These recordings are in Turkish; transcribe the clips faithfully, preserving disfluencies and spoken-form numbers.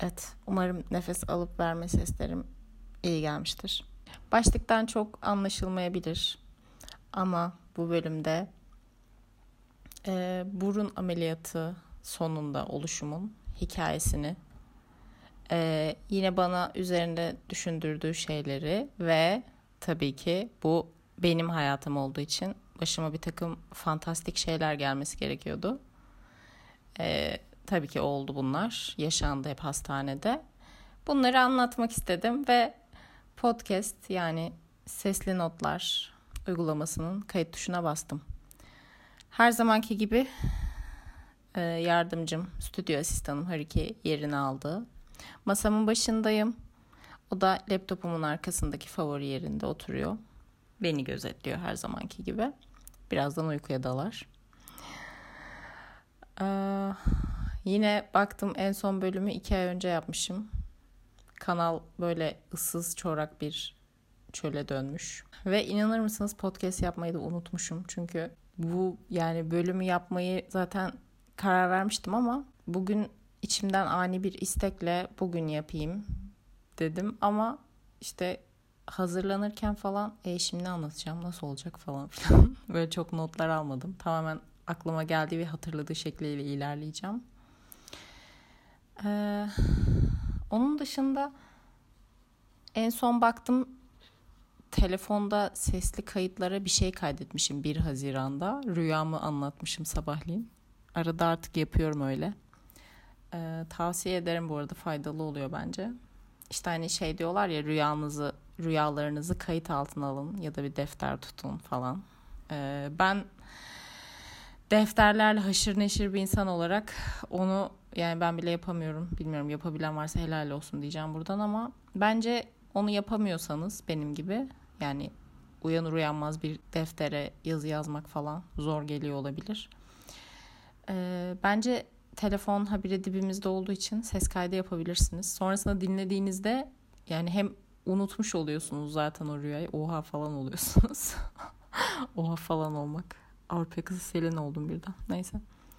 Evet, umarım nefes alıp verme seslerim iyi gelmiştir. Başlıktan çok anlaşılmayabilir ama bu bölümde e, burun ameliyatı sonunda oluşumun hikayesini, e, yine bana üzerinde düşündürdüğü şeyleri ve tabii ki bu benim hayatım olduğu için başıma bir takım fantastik şeyler gelmesi gerekiyordu. E, tabii ki oldu bunlar. Yaşandı hep hastanede. Bunları anlatmak istedim ve podcast yani sesli notlar uygulamasının kayıt tuşuna bastım. Her zamanki gibi e, yardımcım, stüdyo asistanım Haruki yerini aldı. Masamın başındayım. O da laptopumun arkasındaki favori yerinde oturuyor. Beni gözetliyor her zamanki gibi. Birazdan uykuya dalar. Ee, yine baktım en son bölümü iki ay önce yapmışım. Kanal böyle ıssız çorak bir çöle dönmüş. Ve inanır mısınız podcast yapmayı da unutmuşum. Çünkü bu yani bölümü yapmayı zaten karar vermiştim ama bugün içimden ani bir istekle bugün yapayım dedim. Ama işte hazırlanırken falan e şimdi ne anlatacağım, nasıl olacak falan filan. Böyle çok notlar almadım. Tamamen aklıma geldiği ve hatırladığı şekliyle ilerleyeceğim. Ee, onun dışında en son baktım telefonda sesli kayıtlara bir şey kaydetmişim bir Haziran'da. Rüyamı anlatmışım sabahleyin. Arada artık yapıyorum öyle. Ee, tavsiye ederim bu arada, faydalı oluyor bence. İşte hani şey diyorlar ya, rüyanızı, rüyalarınızı kayıt altına alın ya da bir defter tutun falan. Ee, ben defterlerle haşır neşir bir insan olarak onu yani ben bile yapamıyorum. Bilmiyorum, yapabilen varsa helal olsun diyeceğim buradan ama bence onu yapamıyorsanız benim gibi yani uyanır uyanmaz bir deftere yazı yazmak falan zor geliyor olabilir. Ee, bence telefon habire dibimizde olduğu için ses kaydı yapabilirsiniz. Sonrasında dinlediğinizde yani hem unutmuş oluyorsunuz zaten o rüyayı. Oha falan oluyorsunuz. Oha falan olmak. Avrupa kızı Selin oldum birden. Neyse.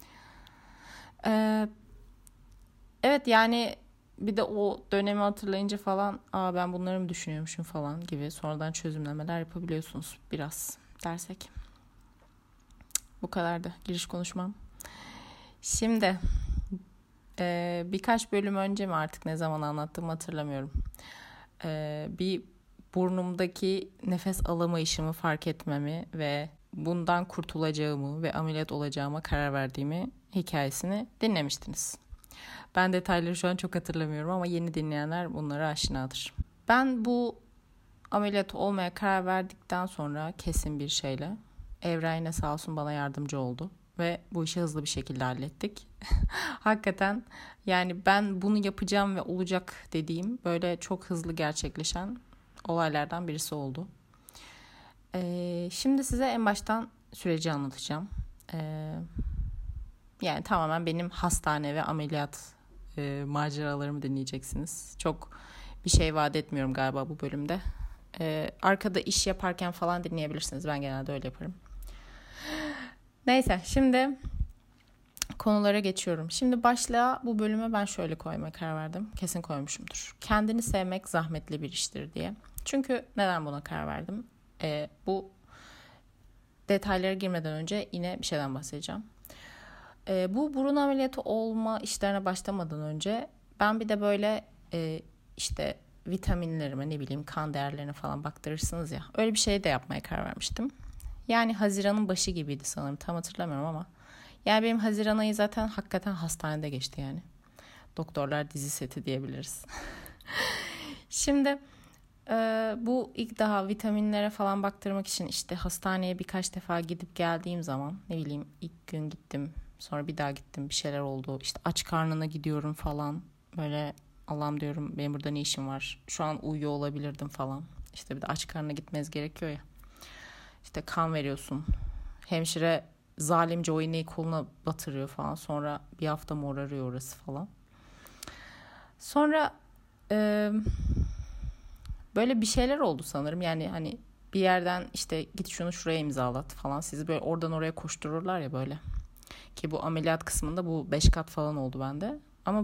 Ee, evet yani bir de o dönemi hatırlayınca falan aa ben bunları mı düşünüyormuşum falan gibi sonradan çözümlemeler yapabiliyorsunuz biraz dersek. Bu kadardı giriş konuşmam. Şimdi e, birkaç bölüm önce mi artık ne zaman anlattığımı hatırlamıyorum. E, bir burnumdaki nefes alamayışımı fark etmemi ve bundan kurtulacağımı ve ameliyat olacağıma karar verdiğimi hikayesini dinlemiştiniz. Ben detayları şu an çok hatırlamıyorum ama yeni dinleyenler bunlara aşinadır. Ben bu ameliyat olmaya karar verdikten sonra kesin bir şeyle Evren yine sağ olsun bana yardımcı oldu. Ve bu işi hızlı bir şekilde hallettik. Hakikaten yani ben bunu yapacağım ve olacak dediğim böyle çok hızlı gerçekleşen olaylardan birisi oldu. Ee, şimdi size en baştan süreci anlatacağım. Ee, yani tamamen benim hastane ve ameliyat e, maceralarımı dinleyeceksiniz. Çok bir şey vaat etmiyorum galiba bu bölümde. Ee, arkada iş yaparken falan dinleyebilirsiniz. Ben genelde öyle yaparım. Neyse şimdi konulara geçiyorum. Şimdi başlığa bu bölüme ben şöyle koymaya karar verdim. Kesin koymuşumdur. Kendini sevmek zahmetli bir iştir diye. Çünkü neden buna karar verdim? Ee, bu detaylara girmeden önce yine bir şeyden bahsedeceğim. Ee, bu burun ameliyatı olma işlerine başlamadan önce ben bir de böyle e, işte vitaminlerime ne bileyim kan değerlerine falan baktırırsınız ya. Öyle bir şey de yapmaya karar vermiştim. Yani Haziran'ın başı gibiydi sanırım. Tam hatırlamıyorum ama. Yani benim Haziran ayı zaten hakikaten hastanede geçti yani. Doktorlar dizi seti diyebiliriz. Şimdi e, bu ilk daha vitaminlere falan baktırmak için işte hastaneye birkaç defa gidip geldiğim zaman ne bileyim ilk gün gittim. Sonra bir daha gittim, bir şeyler oldu. İşte aç karnına gidiyorum falan. Böyle Allah'ım diyorum benim burada ne işim var. Şu an uyuyor olabilirdim falan. İşte bir de aç karnına gitmeniz gerekiyor ya. İşte kan veriyorsun. Hemşire zalimce o iğneyi koluna batırıyor falan. Sonra bir hafta morarıyor orası falan. Sonra e, böyle bir şeyler oldu sanırım. Yani hani bir yerden işte git şunu şuraya imzalat falan. Sizi böyle oradan oraya koştururlar ya böyle. Ki bu ameliyat kısmında bu beş kat falan oldu bende. Ama bu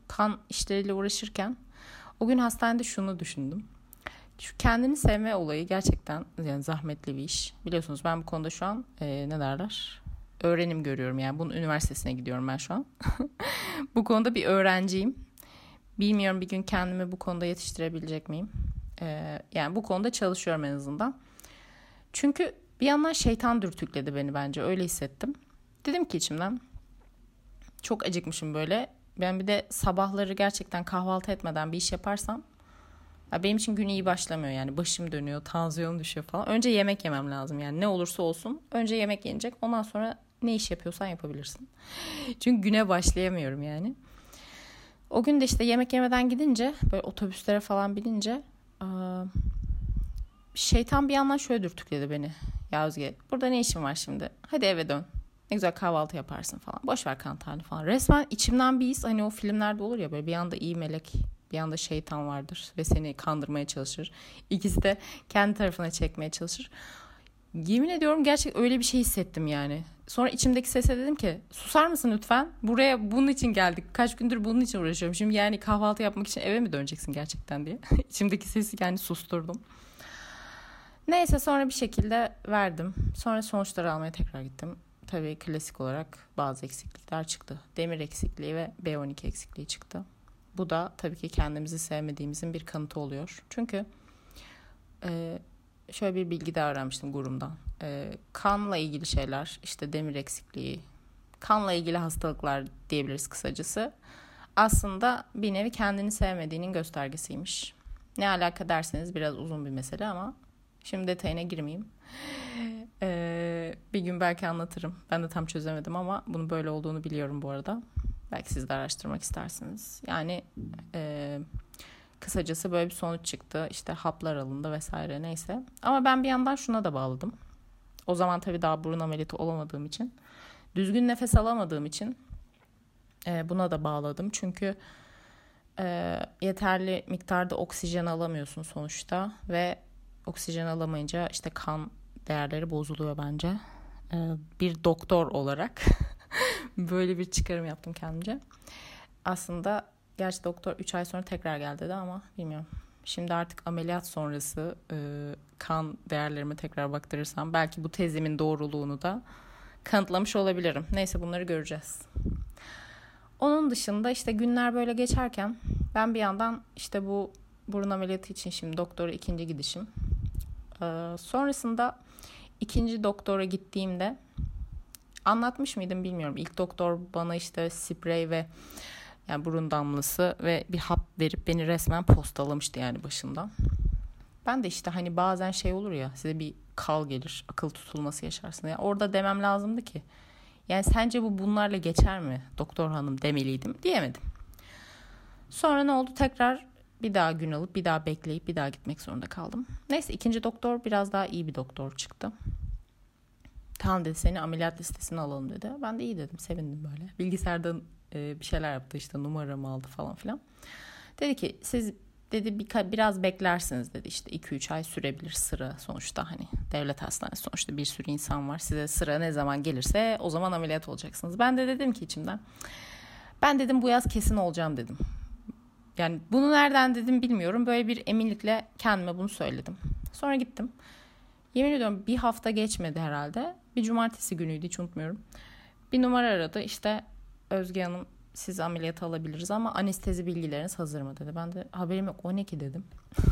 kan işleriyle uğraşırken o gün hastanede şunu düşündüm. Şu kendini sevme olayı gerçekten yani zahmetli bir iş. Biliyorsunuz ben bu konuda şu an e, ne derler? Öğrenim görüyorum yani. Bunun üniversitesine gidiyorum ben şu an. Bu konuda bir öğrenciyim. Bilmiyorum bir gün kendimi bu konuda yetiştirebilecek miyim? Ee, yani bu konuda çalışıyorum en azından. Çünkü bir yandan şeytan dürtükledi beni bence. Öyle hissettim. Dedim ki içimden çok acıkmışım böyle. Ben bir de sabahları gerçekten kahvaltı etmeden bir iş yaparsam benim için gün iyi başlamıyor. Yani başım dönüyor, tansiyonum düşüyor falan. Önce yemek yemem lazım yani ne olursa olsun. Önce yemek yenecek. Ondan sonra ne iş yapıyorsan yapabilirsin. Çünkü güne başlayamıyorum yani. O gün de işte yemek yemeden gidince böyle otobüslere falan binince şeytan bir yandan şöyle dürtükledi beni. Ya Özge burada ne işin var şimdi? Hadi eve dön. Ne güzel kahvaltı yaparsın falan. Boş ver kantarını falan. Resmen içimden bir his hani o filmlerde olur ya böyle bir yanda iyi melek bir yanda şeytan vardır ve seni kandırmaya çalışır. İkisi de kendi tarafına çekmeye çalışır. Yemin ediyorum gerçekten öyle bir şey hissettim yani. Sonra içimdeki sese dedim ki susar mısın lütfen? Buraya bunun için geldik. Kaç gündür bunun için uğraşıyorum. Şimdi yani kahvaltı yapmak için eve mi döneceksin gerçekten diye. İçimdeki sesi yani susturdum. Neyse sonra bir şekilde verdim. Sonra sonuçları almaya tekrar gittim. Tabii klasik olarak bazı eksiklikler çıktı. Demir eksikliği ve B on iki eksikliği çıktı. Bu da tabii ki kendimizi sevmediğimizin bir kanıtı oluyor. Çünkü e, şöyle bir bilgi de öğrenmiştim gurumdan. E, kanla ilgili şeyler, işte demir eksikliği, kanla ilgili hastalıklar diyebiliriz kısacası. Aslında bir nevi kendini sevmediğinin göstergesiymiş. Ne alaka derseniz biraz uzun bir mesele ama şimdi detayına girmeyeyim. Ee, bir gün belki anlatırım. Ben de tam çözemedim ama bunun böyle olduğunu biliyorum bu arada. Belki siz de araştırmak istersiniz. Yani e, kısacası böyle bir sonuç çıktı. İşte haplar alındı vesaire neyse. Ama ben bir yandan şuna da bağladım. O zaman tabii daha burun ameliyatı olamadığım için. Düzgün nefes alamadığım için e, buna da bağladım. Çünkü e, yeterli miktarda oksijen alamıyorsun sonuçta. Ve oksijen alamayınca işte kan değerleri bozuluyor bence. Ee, bir doktor olarak böyle bir çıkarım yaptım kendimce. Aslında gerçi doktor üç ay sonra tekrar gel dedi ama bilmiyorum. Şimdi artık ameliyat sonrası e, kan değerlerime tekrar baktırırsam belki bu tezimin doğruluğunu da kanıtlamış olabilirim. Neyse bunları göreceğiz. Onun dışında işte günler böyle geçerken ben bir yandan işte bu burun ameliyatı için şimdi doktora ikinci gidişim. Ee, sonrasında ikinci doktora gittiğimde anlatmış mıydım bilmiyorum. İlk doktor bana işte sprey ve yani burun damlası ve bir hap verip beni resmen postalamıştı yani başından. Ben de işte hani bazen şey olur ya size bir kal gelir, akıl tutulması yaşarsın. Yani orada demem lazımdı ki yani sence bu bunlarla geçer mi doktor hanım demeliydim diyemedim. Sonra ne oldu tekrar bir daha gün alıp bir daha bekleyip bir daha gitmek zorunda kaldım. Neyse ikinci doktor biraz daha iyi bir doktor çıktı. Tamam dedi seni ameliyat listesine alalım dedi. Ben de iyi dedim sevindim böyle. Bilgisayardan e, bir şeyler yaptı işte numaramı aldı falan filan. Dedi ki siz dedi bir, biraz beklersiniz dedi işte iki üç ay sürebilir sıra sonuçta hani devlet hastanesi sonuçta bir sürü insan var. Size sıra ne zaman gelirse o zaman ameliyat olacaksınız. Ben de dedim ki içimden ben dedim bu yaz kesin olacağım dedim. Yani bunu nereden dedim bilmiyorum. Böyle bir eminlikle kendime bunu söyledim. Sonra gittim. Yemin ediyorum bir hafta geçmedi herhalde. Bir cumartesi günüydü hiç unutmuyorum. Bir numara aradı. İşte Özge Hanım siz ameliyata alabiliriz ama anestezi bilgileriniz hazır mı dedi. Ben de haberim yok o ne ki dedim.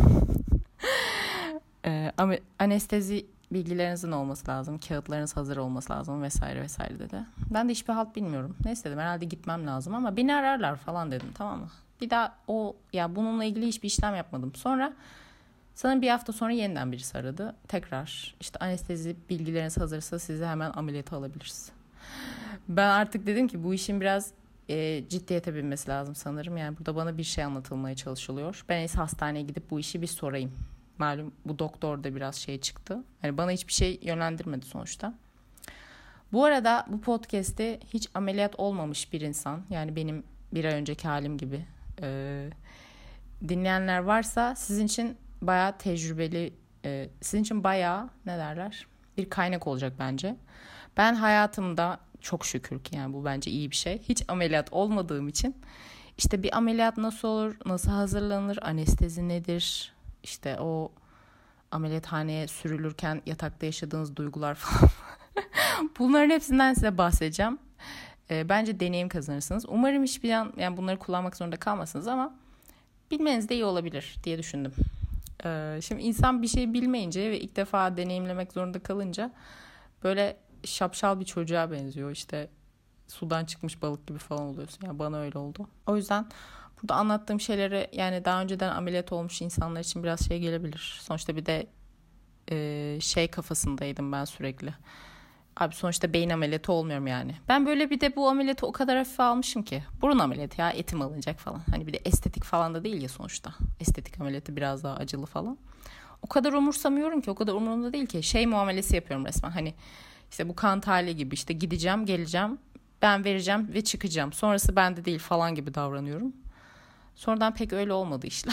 ee, anestezi bilgilerinizin olması lazım. Kağıtlarınız hazır olması lazım vesaire vesaire dedi. Ben de hiçbir halt bilmiyorum. Neyse dedim herhalde gitmem lazım ama beni ararlar falan dedim tamam mı? Bir daha o ya bununla ilgili hiçbir işlem yapmadım. Sonra sanırım bir hafta sonra yeniden birisi aradı. Tekrar işte anestezi bilgileriniz hazırsa sizi hemen ameliyata alabiliriz. Ben artık dedim ki bu işin biraz e, ciddiyete binmesi lazım sanırım. Yani burada bana bir şey anlatılmaya çalışılıyor. Ben ise hastaneye gidip bu işi bir sorayım. Malum bu doktor da biraz şey çıktı. Yani bana hiçbir şey yönlendirmedi sonuçta. Bu arada bu podcast'te hiç ameliyat olmamış bir insan yani benim bir ay önceki halim gibi e, dinleyenler varsa sizin için bayağı tecrübeli, e, sizin için bayağı ne derler bir kaynak olacak bence. Ben hayatımda çok şükür ki yani bu bence iyi bir şey. Hiç ameliyat olmadığım için İşte bir ameliyat nasıl olur, nasıl hazırlanır, anestezi nedir, işte o ameliyathaneye sürülürken yatakta yaşadığınız duygular falan. Bunların hepsinden size bahsedeceğim. E, bence deneyim kazanırsınız. Umarım hiçbir an yani bunları kullanmak zorunda kalmasınız ama bilmeniz de iyi olabilir diye düşündüm. E, şimdi insan bir şey bilmeyince ve ilk defa deneyimlemek zorunda kalınca böyle şapşal bir çocuğa benziyor. İşte sudan çıkmış balık gibi falan oluyorsun. Yani bana öyle oldu. O yüzden burada anlattığım şeyleri yani daha önceden ameliyat olmuş insanlar için biraz şey gelebilir. Sonuçta bir de e, şey kafasındaydım ben sürekli. Abi sonuçta beyin ameliyatı olmuyorum yani. Ben böyle bir de bu ameliyatı o kadar hafife almışım ki. Burun ameliyatı ya, etim alınacak falan. Hani bir de estetik falan da değil ya sonuçta. Estetik ameliyatı biraz daha acılı falan. O kadar umursamıyorum ki, o kadar umurumda değil ki. Şey muamelesi yapıyorum resmen. Hani işte bu kan tahlili gibi, işte gideceğim, geleceğim, ben vereceğim ve çıkacağım. Sonrası bende değil falan gibi davranıyorum. Sonradan pek öyle olmadı işler.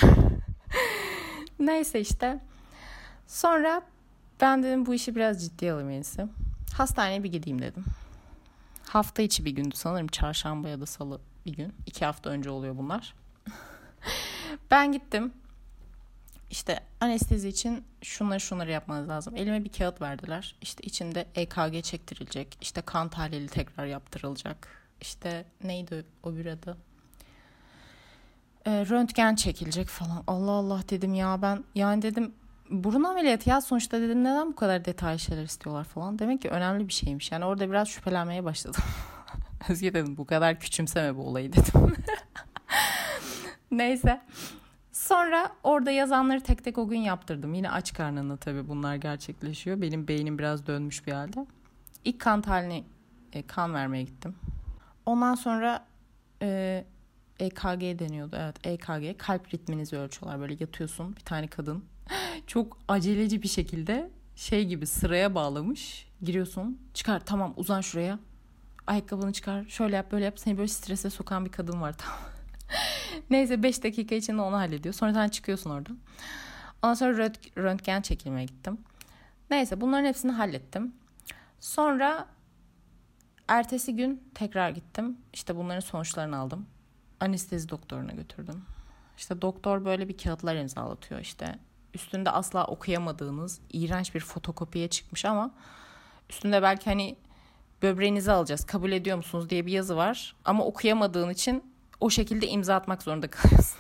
Neyse işte. Sonra ben dedim bu işi biraz ciddiye alayım en iyisi. Hastaneye bir gideyim dedim. Hafta içi bir gündü sanırım. Çarşamba ya da salı bir gün. İki hafta önce oluyor bunlar. Ben gittim. İşte anestezi için şunları şunları yapmanız lazım. Elime bir kağıt verdiler. İşte içinde E K G çektirilecek. İşte kan tahlili tekrar yaptırılacak. İşte neydi o bir adı? E, röntgen çekilecek falan. Allah Allah dedim ya ben. Yani dedim burun ameliyatı ya sonuçta dedim, neden bu kadar detaylı şeyler istiyorlar falan. Demek ki önemli bir şeymiş. Yani orada biraz şüphelenmeye başladım. Özge dedim bu kadar küçümseme bu olayı dedim. Neyse. Sonra orada yazanları tek tek o gün yaptırdım. Yine aç karnına tabii bunlar gerçekleşiyor. Benim beynim biraz dönmüş bir halde. İlk kan tahlili e, kan vermeye gittim. Ondan sonra e, E K G deniyordu. Evet, E K G. Kalp ritminizi ölçüyorlar. Böyle yatıyorsun, bir tane kadın çok aceleci bir şekilde şey gibi sıraya bağlamış. Giriyorsun, çıkar, tamam, uzan şuraya. Ayakkabını çıkar, şöyle yap, böyle yap. Seni böyle strese sokan bir kadın var, tamam. Neyse beş dakika içinde onu hallediyor. Sonra sen çıkıyorsun oradan. Ondan sonra röntgen çekilmeye gittim. Neyse bunların hepsini hallettim. Sonra ertesi gün tekrar gittim. İşte bunların sonuçlarını aldım. Anestezi doktoruna götürdüm. İşte doktor böyle bir kağıtlar imzalatıyor işte. Üstünde asla okuyamadığınız iğrenç bir fotokopiye çıkmış ama üstünde belki hani böbreğinizi alacağız, kabul ediyor musunuz diye bir yazı var. Ama okuyamadığın için o şekilde imza atmak zorunda kalıyorsun.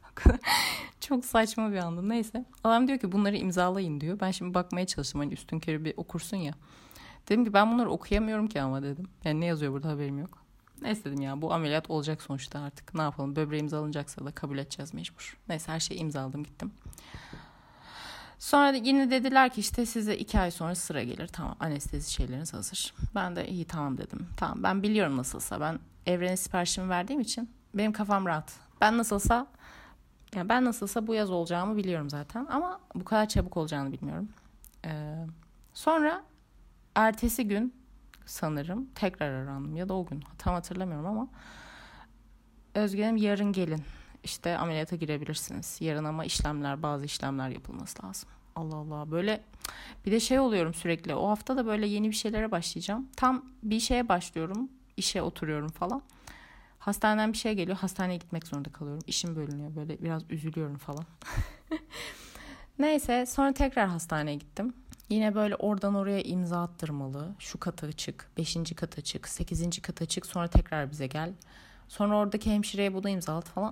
Çok saçma bir andı. Neyse. Adam diyor ki bunları imzalayın diyor. Ben şimdi bakmaya çalıştım. Hani üstünkörü bir okursun ya. Dedim ki ben bunları okuyamıyorum ki ama dedim. Yani ne yazıyor burada haberim yok. Neyse dedim ya bu ameliyat olacak sonuçta artık. Ne yapalım, böbreğimiz alınacaksa da kabul edeceğiz mecbur. Neyse her şeyi imzaladım gittim. Sonra yine dediler ki işte size iki ay sonra sıra gelir. Tamam, anestezi şeyleriniz hazır. Ben de iyi tamam dedim. Tamam, ben biliyorum nasılsa. Ben evrene siparişimi verdiğim için benim kafam rahat. Ben nasılsa yani ben nasılsa bu yaz olacağımı biliyorum zaten. Ama bu kadar çabuk olacağını bilmiyorum. Ee, sonra ertesi gün sanırım tekrar arandım ya da o gün tam hatırlamıyorum ama Özge Hanım yarın gelin. İşte ameliyata girebilirsiniz. Yarın ama işlemler, bazı işlemler yapılması lazım. Allah Allah, böyle bir de şey oluyorum sürekli. O hafta da böyle yeni bir şeylere başlayacağım. Tam bir şeye başlıyorum. İşe oturuyorum falan. Hastaneden bir şey geliyor. Hastaneye gitmek zorunda kalıyorum. İşim bölünüyor. Böyle biraz üzülüyorum falan. Neyse sonra tekrar hastaneye gittim. Yine böyle oradan oraya imza attırmalı. Şu kata çık, beşinci kata çık, sekizinci kata çık. Sonra tekrar bize gel. Sonra oradaki hemşireye bunu imzalat falan.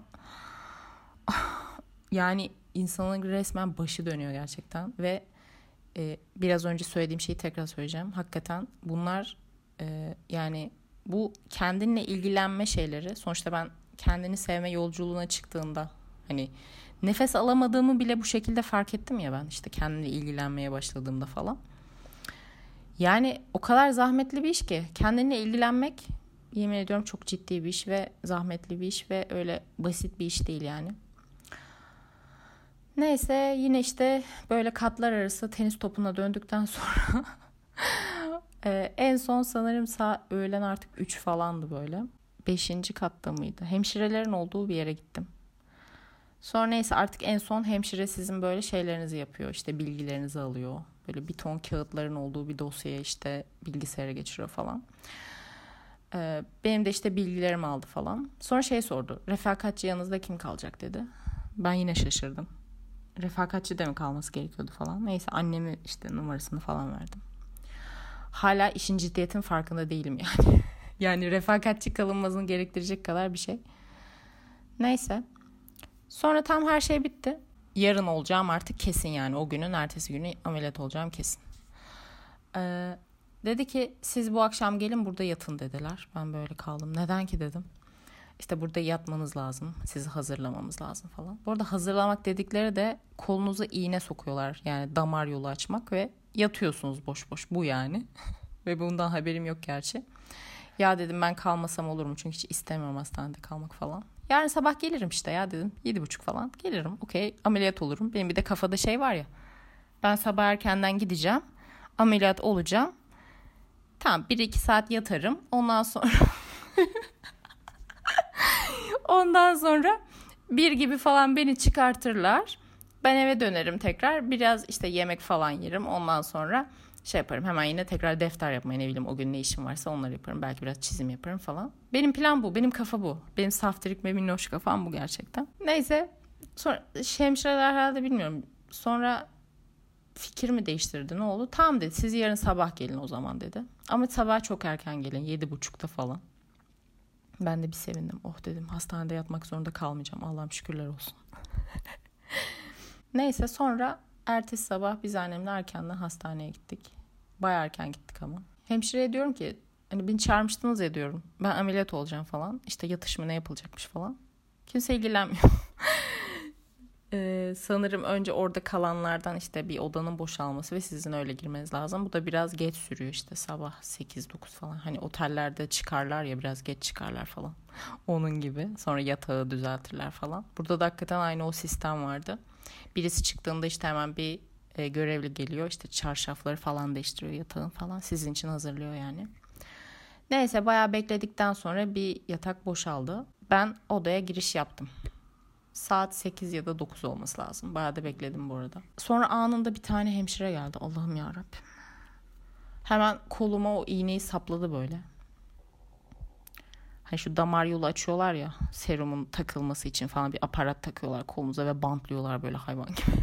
Yani insanın resmen başı dönüyor gerçekten. Ve e, biraz önce söylediğim şeyi tekrar söyleyeceğim. Hakikaten bunlar e, yani bu kendinle ilgilenme şeyleri. Sonuçta ben kendini sevme yolculuğuna çıktığımda hani nefes alamadığımı bile bu şekilde fark ettim ya ben. İşte kendimle ilgilenmeye başladığımda falan. Yani o kadar zahmetli bir iş ki kendinle ilgilenmek, yemin ediyorum çok ciddi bir iş ve zahmetli bir iş ve öyle basit bir iş değil yani. Neyse yine işte böyle katlar arası tenis topuna döndükten sonra ee, en son sanırım sağ öğlen artık üç falandı böyle. Beşinci katta mıydı? Hemşirelerin olduğu bir yere gittim. Sonra neyse artık en son hemşire sizin böyle şeylerinizi yapıyor. İşte bilgilerinizi alıyor. Böyle bir ton kağıtların olduğu bir dosyaya işte bilgisayara geçiriyor falan. Ee, benim de işte bilgilerimi aldı falan. Sonra şey sordu. Refakatçi yanınızda kim kalacak dedi. Ben yine şaşırdım. Refakatçi de mi kalması gerekiyordu falan. Neyse annemi işte numarasını falan verdim. Hala işin ciddiyetin farkında değilim yani. Yani refakatçi kalınmasını gerektirecek kadar bir şey. Neyse. Sonra tam her şey bitti. Yarın olacağım artık kesin yani. O günün ertesi günü ameliyat olacağım kesin. Ee, dedi ki siz bu akşam gelin burada yatın dediler. Ben böyle kaldım. Neden ki dedim. İşte burada yatmanız lazım. Sizi hazırlamamız lazım falan. Bu arada hazırlamak dedikleri de kolunuza iğne sokuyorlar. Yani damar yolu açmak ve yatıyorsunuz boş boş. Bu yani. Ve bundan haberim yok gerçi. Ya dedim ben kalmasam olur mu? Çünkü hiç istemiyorum hastanede kalmak falan. Yarın sabah gelirim işte ya dedim. Yedi buçuk falan gelirim. Okey ameliyat olurum. Benim bir de kafada şey var ya. Ben sabah erkenden gideceğim. Ameliyat olacağım. Tamam bir iki saat yatarım. Ondan sonra... Ondan sonra bir gibi falan beni çıkartırlar. Ben eve dönerim tekrar. Biraz işte yemek falan yerim. Ondan sonra şey yaparım. Hemen yine tekrar defter yapmayı ne bileyim o gün ne işim varsa onları yaparım. Belki biraz çizim yaparım falan. Benim plan bu. Benim kafa bu. Benim saftirik ve minnoş kafam bu gerçekten. Neyse. Sonra hemşireler herhalde bilmiyorum. Sonra fikir mi değiştirdi ne oldu? Tamam dedi. Siz yarın sabah gelin o zaman dedi. Ama sabah çok erken gelin. Yedi buçukta falan. Ben de bir sevindim. Oh dedim hastanede yatmak zorunda kalmayacağım. Allah'ım şükürler olsun. Neyse sonra ertesi sabah biz annemle erkenden hastaneye gittik. Bayağı erken gittik ama. Hemşireye diyorum ki hani beni çağırmıştınız ya diyorum. Ben ameliyat olacağım falan. İşte yatış mı ne yapılacakmış falan. Kimse ilgilenmiyor. Ee, sanırım önce orada kalanlardan işte bir odanın boşalması ve sizin öyle girmeniz lazım. Bu da biraz geç sürüyor işte sabah sekiz dokuz falan. Hani otellerde çıkarlar ya biraz geç çıkarlar falan. Onun gibi. Sonra yatağı düzeltirler falan. Burada da hakikaten aynı o sistem vardı. Birisi çıktığında işte hemen bir e, görevli geliyor. İşte çarşafları falan değiştiriyor yatağın falan. Sizin için hazırlıyor yani. Neyse bayağı bekledikten sonra bir yatak boşaldı. Ben odaya giriş yaptım. Saat sekiz ya da dokuz olması lazım. Bayağı da bekledim bu arada. Sonra anında bir tane hemşire geldi. Allah'ım yarabbim. Hemen koluma o iğneyi sapladı böyle. Hani şu damar yolu açıyorlar ya. Serumun takılması için falan bir aparat takıyorlar kolunuza ve bantlıyorlar böyle hayvan gibi.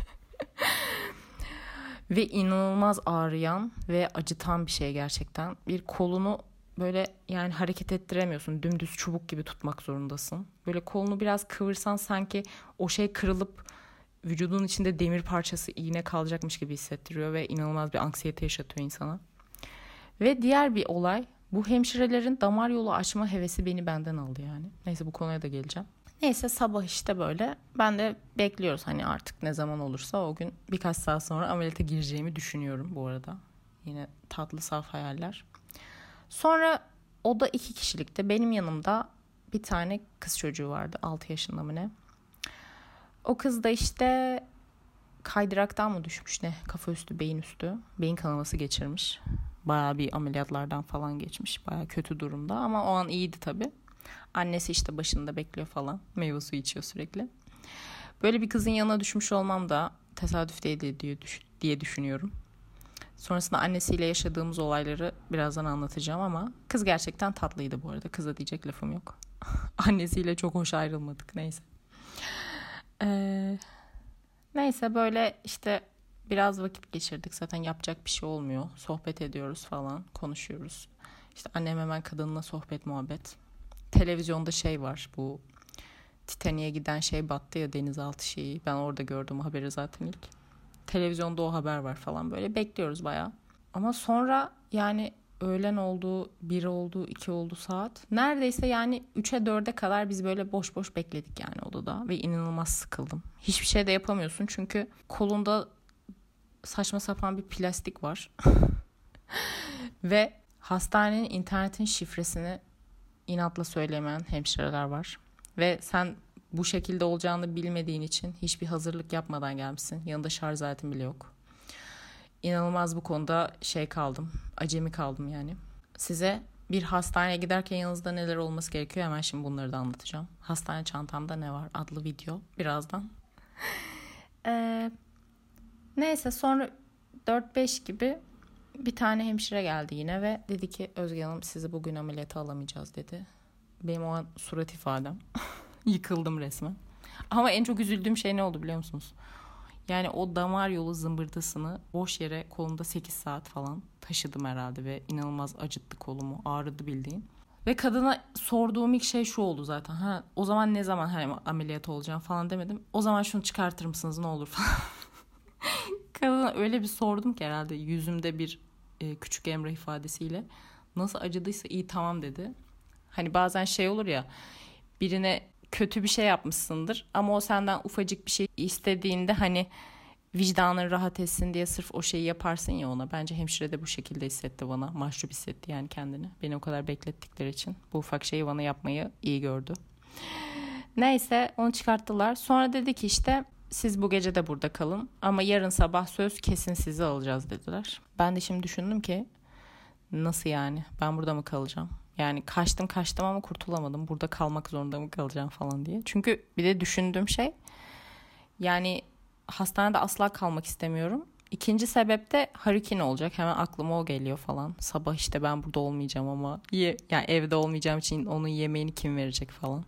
Ve inanılmaz ağrıyan ve acıtan bir şey gerçekten. Bir kolunu böyle yani hareket ettiremiyorsun. Dümdüz çubuk gibi tutmak zorundasın. Böyle kolunu biraz kıvırsan sanki o şey kırılıp vücudun içinde demir parçası iğne kalacakmış gibi hissettiriyor ve inanılmaz bir anksiyete yaşatıyor insana. Ve diğer bir olay bu hemşirelerin damar yolu açma hevesi beni benden aldı yani. Neyse bu konuya da geleceğim. Neyse sabah işte böyle ben de bekliyoruz hani artık ne zaman olursa o gün birkaç saat sonra ameliyata gireceğimi düşünüyorum bu arada. Yine tatlı saf hayaller. Sonra o da iki kişilikte benim yanımda bir tane kız çocuğu vardı altı yaşında mı ne. O kız da işte kaydıraktan mı düşmüş ne kafa üstü beyin üstü beyin kanaması geçirmiş. Bayağı bir ameliyatlardan falan geçmiş bayağı kötü durumda ama o an iyiydi tabii. Annesi işte başında bekliyor falan meyve suyu içiyor sürekli. Böyle bir kızın yanına düşmüş olmam da tesadüf değil diye, diye düşünüyorum. Sonrasında annesiyle yaşadığımız olayları birazdan anlatacağım ama kız gerçekten tatlıydı bu arada. Kıza diyecek lafım yok. Annesiyle çok hoş ayrılmadık neyse. Ee, neyse böyle işte biraz vakit geçirdik. Zaten yapacak bir şey olmuyor. Sohbet ediyoruz falan, konuşuyoruz. İşte annem hemen kadınla sohbet muhabbet. Televizyonda şey var bu Titanic'e giden şey battı ya denizaltı şeyi. Ben orada gördüm haberi zaten ilk. Televizyonda o haber var falan böyle bekliyoruz bayağı. Ama sonra yani öğlen oldu, bir oldu, iki oldu saat. Neredeyse yani üçe dörde kadar biz böyle boş boş bekledik yani odada. Ve inanılmaz sıkıldım. Hiçbir şey de yapamıyorsun çünkü kolunda saçma sapan bir plastik var. Ve hastanenin internetin şifresini inatla söylemeyen hemşireler var. Ve sen bu şekilde olacağını bilmediğin için hiçbir hazırlık yapmadan gelmişsin. Yanında şarj aletin bile yok. İnanılmaz bu konuda şey kaldım. Acemi kaldım yani. Size bir hastaneye giderken yanınızda neler olması gerekiyor hemen şimdi bunları da anlatacağım. Hastane çantamda ne var adlı video birazdan. ee, neyse sonra dört beş gibi bir tane hemşire geldi yine ve dedi ki Özge Hanım sizi bugün ameliyata alamayacağız dedi. Benim o an surat ifadem. Yıkıldım resmen. Ama en çok üzüldüğüm şey ne oldu biliyor musunuz? Yani o damar yolu zımbırtısını boş yere kolumda sekiz saat falan taşıdım herhalde ve inanılmaz acıttı kolumu. Ağrıdı bildiğin. Ve kadına sorduğum ilk şey şu oldu zaten. Ha, o zaman ne zaman hani ameliyat olacağım falan demedim. O zaman şunu çıkartır mısınız ne olur falan. Kadına öyle bir sordum ki herhalde yüzümde bir e, küçük Emrah ifadesiyle. Nasıl acıdıysa iyi tamam dedi. Hani bazen şey olur ya, birine kötü bir şey yapmışsındır ama o senden ufacık bir şey istediğinde hani vicdanın rahat etsin diye sırf o şeyi yaparsın ya ona. Bence hemşire de bu şekilde hissetti bana. Mahcup hissetti yani kendini. Beni o kadar beklettikleri için bu ufak şeyi bana yapmayı iyi gördü. Neyse onu çıkarttılar. Sonra dedi ki işte siz bu gece de burada kalın ama yarın sabah söz kesin sizi alacağız dediler. Ben de şimdi düşündüm ki nasıl yani, ben burada mı kalacağım? Yani kaçtım kaçtım ama kurtulamadım. Burada kalmak zorunda mı kalacağım falan diye. Çünkü bir de düşündüğüm şey, yani hastanede asla kalmak istemiyorum. İkinci sebep de Haruki ne olacak? Hemen aklıma o geliyor falan. Sabah işte ben burada olmayacağım ama ye, yani evde olmayacağım için onun yemeğini kim verecek falan.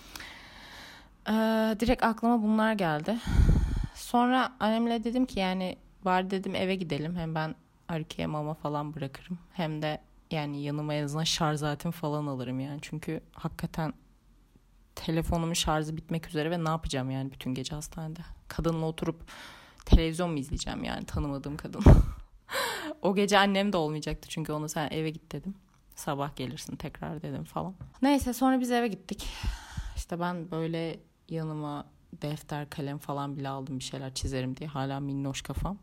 Ee, direkt aklıma bunlar geldi. Sonra annemle dedim ki yani bari dedim eve gidelim. Hem ben Haruki'ye mama falan bırakırım. Hem de yani yanıma en azından şarj aletim falan alırım yani. Çünkü hakikaten telefonumun şarjı bitmek üzere ve ne yapacağım yani bütün gece hastanede. Kadınla oturup televizyon mu izleyeceğim yani, tanımadığım kadın. O gece annem de olmayacaktı çünkü ona sen eve git dedim. Sabah gelirsin tekrar dedim falan. Neyse sonra biz eve gittik. İşte ben böyle yanıma defter kalem falan bile aldım bir şeyler çizerim diye. Hala minnoş kafam.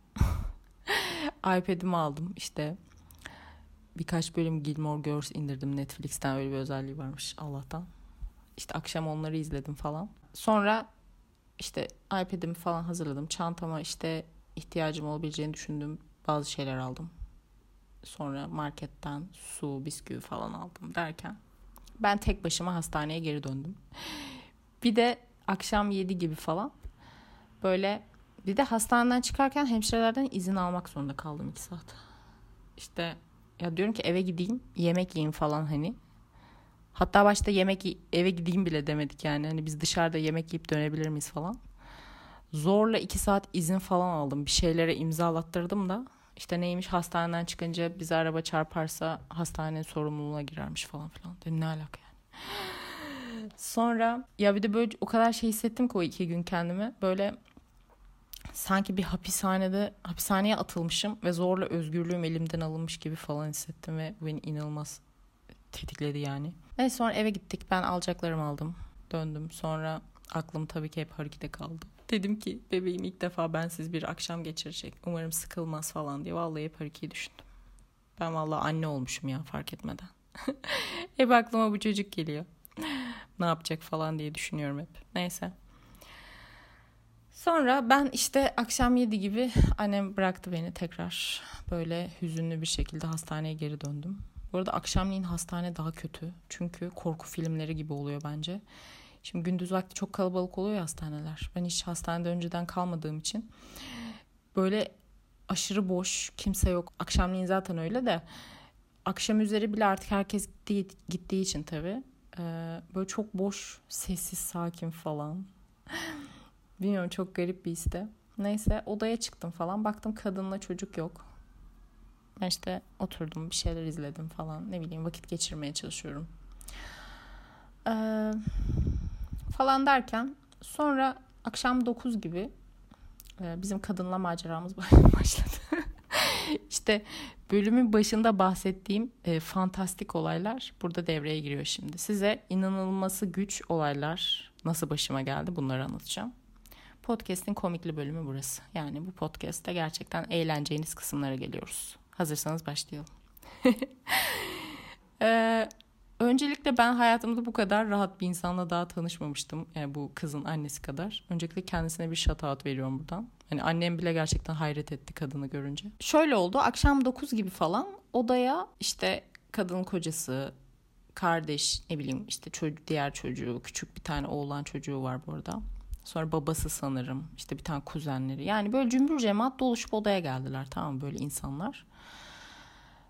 iPad'imi aldım işte. Birkaç bölüm Gilmore Girls indirdim Netflix'ten, öyle bir özelliği varmış Allah'tan. İşte akşam onları izledim falan. Sonra işte iPad'imi falan hazırladım. Çantama işte ihtiyacım olabileceğini düşündüğüm bazı şeyler aldım. Sonra marketten su, bisküvi falan aldım derken ben tek başıma hastaneye geri döndüm. Bir de akşam yedi gibi falan böyle, bir de hastaneden çıkarken hemşirelerden izin almak zorunda kaldım iki saat. İşte ya diyorum ki eve gideyim yemek yiyeyim falan hani. Hatta başta yemek eve gideyim bile demedik yani. Hani biz dışarıda yemek yiyip dönebilir miyiz falan. Zorla iki saat izin falan aldım. Bir şeylere imzalattırdım da. İşte neymiş, hastaneden çıkınca bize araba çarparsa hastanenin sorumluluğuna girermiş falan filan. Dedim ne alaka yani. Sonra ya bir de böyle o kadar şey hissettim ki o iki gün kendimi. Böyle sanki bir hapishanede, hapishaneye atılmışım ve zorla özgürlüğüm elimden alınmış gibi falan hissettim ve beni inanılmaz tetikledi yani. Ve sonra eve gittik. Ben alacaklarımı aldım. Döndüm. Sonra aklım tabii ki hep Haruki'de kaldı. Dedim ki bebeğim ilk defa bensiz bir akşam geçirecek. Umarım sıkılmaz falan diye. Vallahi hep Haruki'yi düşündüm. Ben vallahi anne olmuşum ya fark etmeden. Hep aklıma bu çocuk geliyor. Ne yapacak falan diye düşünüyorum hep. Neyse. Sonra ben işte akşam yedi gibi annem bıraktı beni tekrar. Böyle hüzünlü bir şekilde hastaneye geri döndüm. Bu arada akşamleyin hastane daha kötü. Çünkü korku filmleri gibi oluyor bence. Şimdi gündüz vakti çok kalabalık oluyor ya hastaneler. Ben hiç hastanede önceden kalmadığım için böyle aşırı boş, kimse yok. Akşamleyin zaten öyle de akşam üzeri bile artık herkes gittiği, gittiği için tabii. Ee, böyle çok boş, sessiz, sakin falan. Bilmiyorum, çok garip bir histi. Neyse odaya çıktım falan. Baktım kadınla çocuk yok. Ben işte oturdum bir şeyler izledim falan. Ne bileyim vakit geçirmeye çalışıyorum. Ee, falan derken sonra akşam dokuz gibi e, bizim kadınla maceramız başladı. İşte bölümün başında bahsettiğim e, fantastik olaylar burada devreye giriyor şimdi. Size inanılması güç olaylar nasıl başıma geldi bunları anlatacağım. Podcast'in komikli bölümü burası. Yani bu podcast'te gerçekten eğleneceğiniz kısımlara geliyoruz. Hazırsanız başlayalım. ee, öncelikle ben hayatımda bu kadar rahat bir insanla daha tanışmamıştım. Yani bu kızın annesi kadar. Öncelikle kendisine bir shout out veriyorum buradan. Hani annem bile gerçekten hayret etti kadını görünce. Şöyle oldu, akşam dokuz gibi falan odaya işte kadının kocası, kardeş, ne bileyim işte çocuğu, diğer çocuğu, küçük bir tane oğlan çocuğu var bu arada. Sonra babası sanırım, işte bir tane kuzenleri. Yani böyle cümbür cemaat doluşup odaya geldiler, tamam mı, böyle insanlar.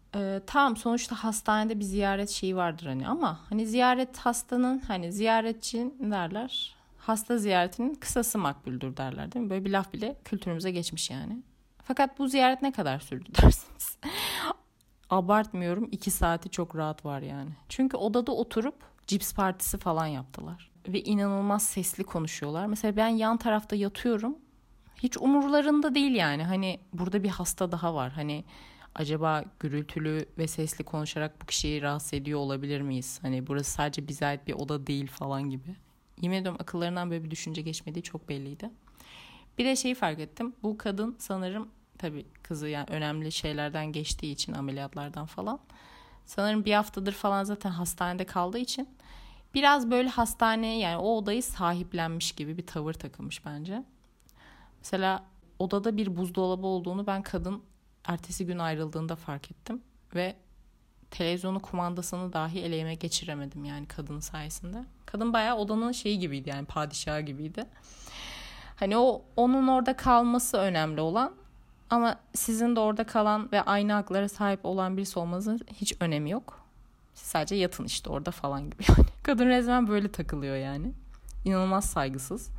Ee, tamam, sonuçta hastanede bir ziyaret şeyi vardır hani, ama hani ziyaret hastanın, hani ziyaretçi derler, hasta ziyaretinin kısası makbuldür derler değil mi? Böyle bir laf bile kültürümüze geçmiş yani. Fakat bu ziyaret ne kadar sürdü dersiniz? Abartmıyorum, iki saati çok rahat var yani. Çünkü odada oturup cips partisi falan yaptılar. Ve inanılmaz sesli konuşuyorlar. Mesela ben yan tarafta yatıyorum. Hiç umurlarında değil yani. Hani burada bir hasta daha var. Hani acaba gürültülü ve sesli konuşarak bu kişiyi rahatsız ediyor olabilir miyiz? Hani burası sadece bize ait bir oda değil falan gibi. Yemin ediyorum akıllarından böyle bir düşünce geçmediği çok belliydi. Bir de şeyi fark ettim. Bu kadın sanırım, tabii kızı yani önemli şeylerden geçtiği için, ameliyatlardan falan. Sanırım bir haftadır falan zaten hastanede kaldığı için biraz böyle hastaneye, yani o odayı sahiplenmiş gibi bir tavır takılmış bence. Mesela odada bir buzdolabı olduğunu ben kadın ertesi gün ayrıldığında fark ettim. Ve televizyonu kumandasını dahi eleğime geçiremedim yani kadının sayesinde. Kadın bayağı odanın şeyi gibiydi, yani padişahı gibiydi. Hani o onun orada kalması önemli olan, ama sizin de orada kalan ve aynı haklara sahip olan birisi olmanızın hiç önemi yok. Siz sadece yatın işte orada falan gibi yani. Kadın resmen böyle takılıyor yani. İnanılmaz saygısız.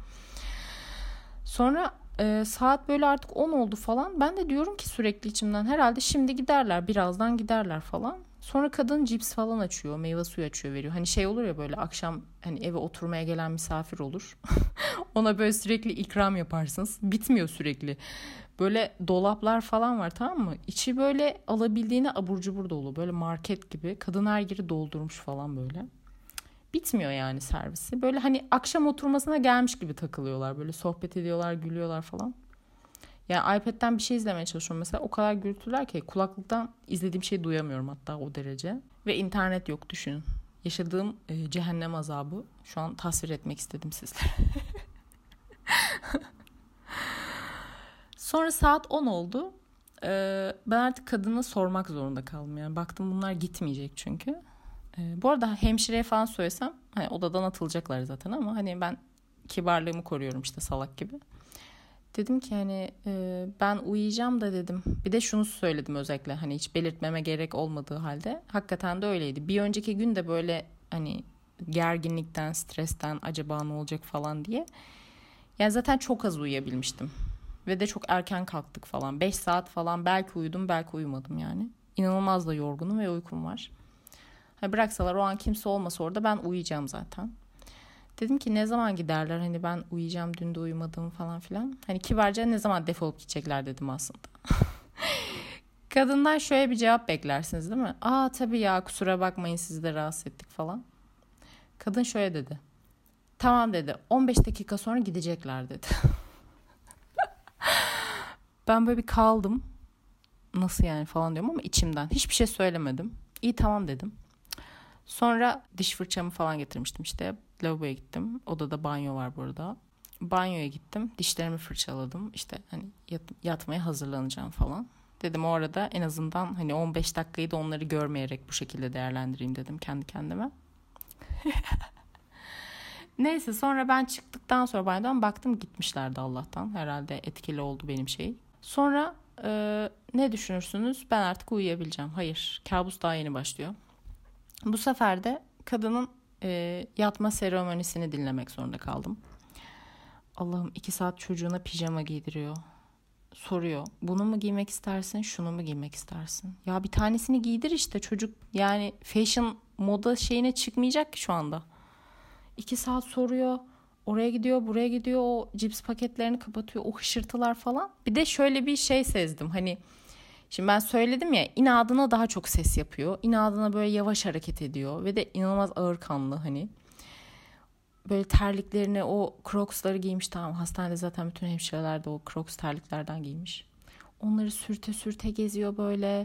Sonra e, saat böyle artık on oldu falan. Ben de diyorum ki sürekli içimden, herhalde şimdi giderler, birazdan giderler falan. Sonra kadın cips falan açıyor, meyve suyu açıyor, veriyor. Hani şey olur ya, böyle akşam hani eve oturmaya gelen misafir olur. Ona böyle sürekli ikram yaparsınız. Bitmiyor sürekli. Böyle dolaplar falan var, tamam mı? İçi böyle alabildiğine abur cubur dolu. Böyle market gibi. Kadın her yeri doldurmuş falan böyle. Bitmiyor yani servisi. Böyle hani akşam oturmasına gelmiş gibi takılıyorlar. Böyle sohbet ediyorlar, gülüyorlar falan. Yani iPad'den bir şey izlemeye çalışıyorum mesela. O kadar gürültüler ki kulaklıktan izlediğim şeyi duyamıyorum hatta, o derece. Ve internet yok, düşünün. Yaşadığım e, cehennem azabı şu an tasvir etmek istedim sizlere. Sonra saat on oldu. Ee, ben artık kadına sormak zorunda kaldım. Yani baktım bunlar gitmeyecek çünkü. Ee, bu arada hemşireye falan söylesem hani odadan atılacaklar zaten, ama hani ben kibarlığımı koruyorum işte, salak gibi. Dedim ki hani e, ben uyuyacağım da dedim. Bir de şunu söyledim özellikle, hani hiç belirtmeme gerek olmadığı halde. Hakikaten de öyleydi. Bir önceki gün de böyle hani gerginlikten, stresten acaba ne olacak falan diye. Yani zaten çok az uyuyabilmiştim. Ve de çok erken kalktık falan. beş saat falan belki uyudum, belki uyumadım yani. İnanılmaz da yorgunum ve uykum var. Hani bıraksalar, o an kimse olmasa orada, ben uyuyacağım zaten. Dedim ki ne zaman giderler, hani ben uyuyacağım, dün de uyumadım falan filan. Hani kibarca ne zaman defolup gidecekler dedim aslında. Kadından şöyle bir cevap beklersiniz değil mi? Aa tabii ya, kusura bakmayın sizi de rahatsız ettik falan. Kadın şöyle dedi. Tamam dedi, on beş dakika sonra gidecekler dedi. Ben böyle bir kaldım. Nasıl yani falan diyorum ama içimden. Hiçbir şey söylemedim. İyi tamam dedim. Sonra diş fırçamı falan getirmiştim işte. Lavaboya gittim. Odada banyo var burada. Banyoya gittim. Dişlerimi fırçaladım. İşte hani yat, yatmaya hazırlanacağım falan. Dedim o arada en azından hani on beş dakikayı da onları görmeyerek bu şekilde değerlendireyim dedim kendi kendime. Neyse, sonra ben çıktıktan sonra banyodan baktım gitmişlerdi Allah'tan. Herhalde etkili oldu benim şey. Sonra e, ne düşünürsünüz? Ben artık uyuyabileceğim. Hayır, kabus daha yeni başlıyor. Bu sefer de kadının e, yatma seremonisini dinlemek zorunda kaldım. Allah'ım, iki saat çocuğuna pijama giydiriyor. Soruyor, bunu mu giymek istersin, şunu mu giymek istersin? Ya bir tanesini giydir işte, çocuk yani fashion moda şeyine çıkmayacak ki şu anda. İki saat soruyor. Oraya gidiyor, buraya gidiyor. O cips paketlerini kapatıyor. O hışırtılar falan. Bir de şöyle bir şey sezdim. Hani şimdi ben söyledim ya, inadına daha çok ses yapıyor. İnadına böyle yavaş hareket ediyor. Ve de inanılmaz ağırkanlı hani. Böyle terliklerini, o Crocs'ları giymiş. Tamam, hastanede zaten bütün hemşireler de o Crocs terliklerden giymiş. Onları sürte sürte geziyor böyle.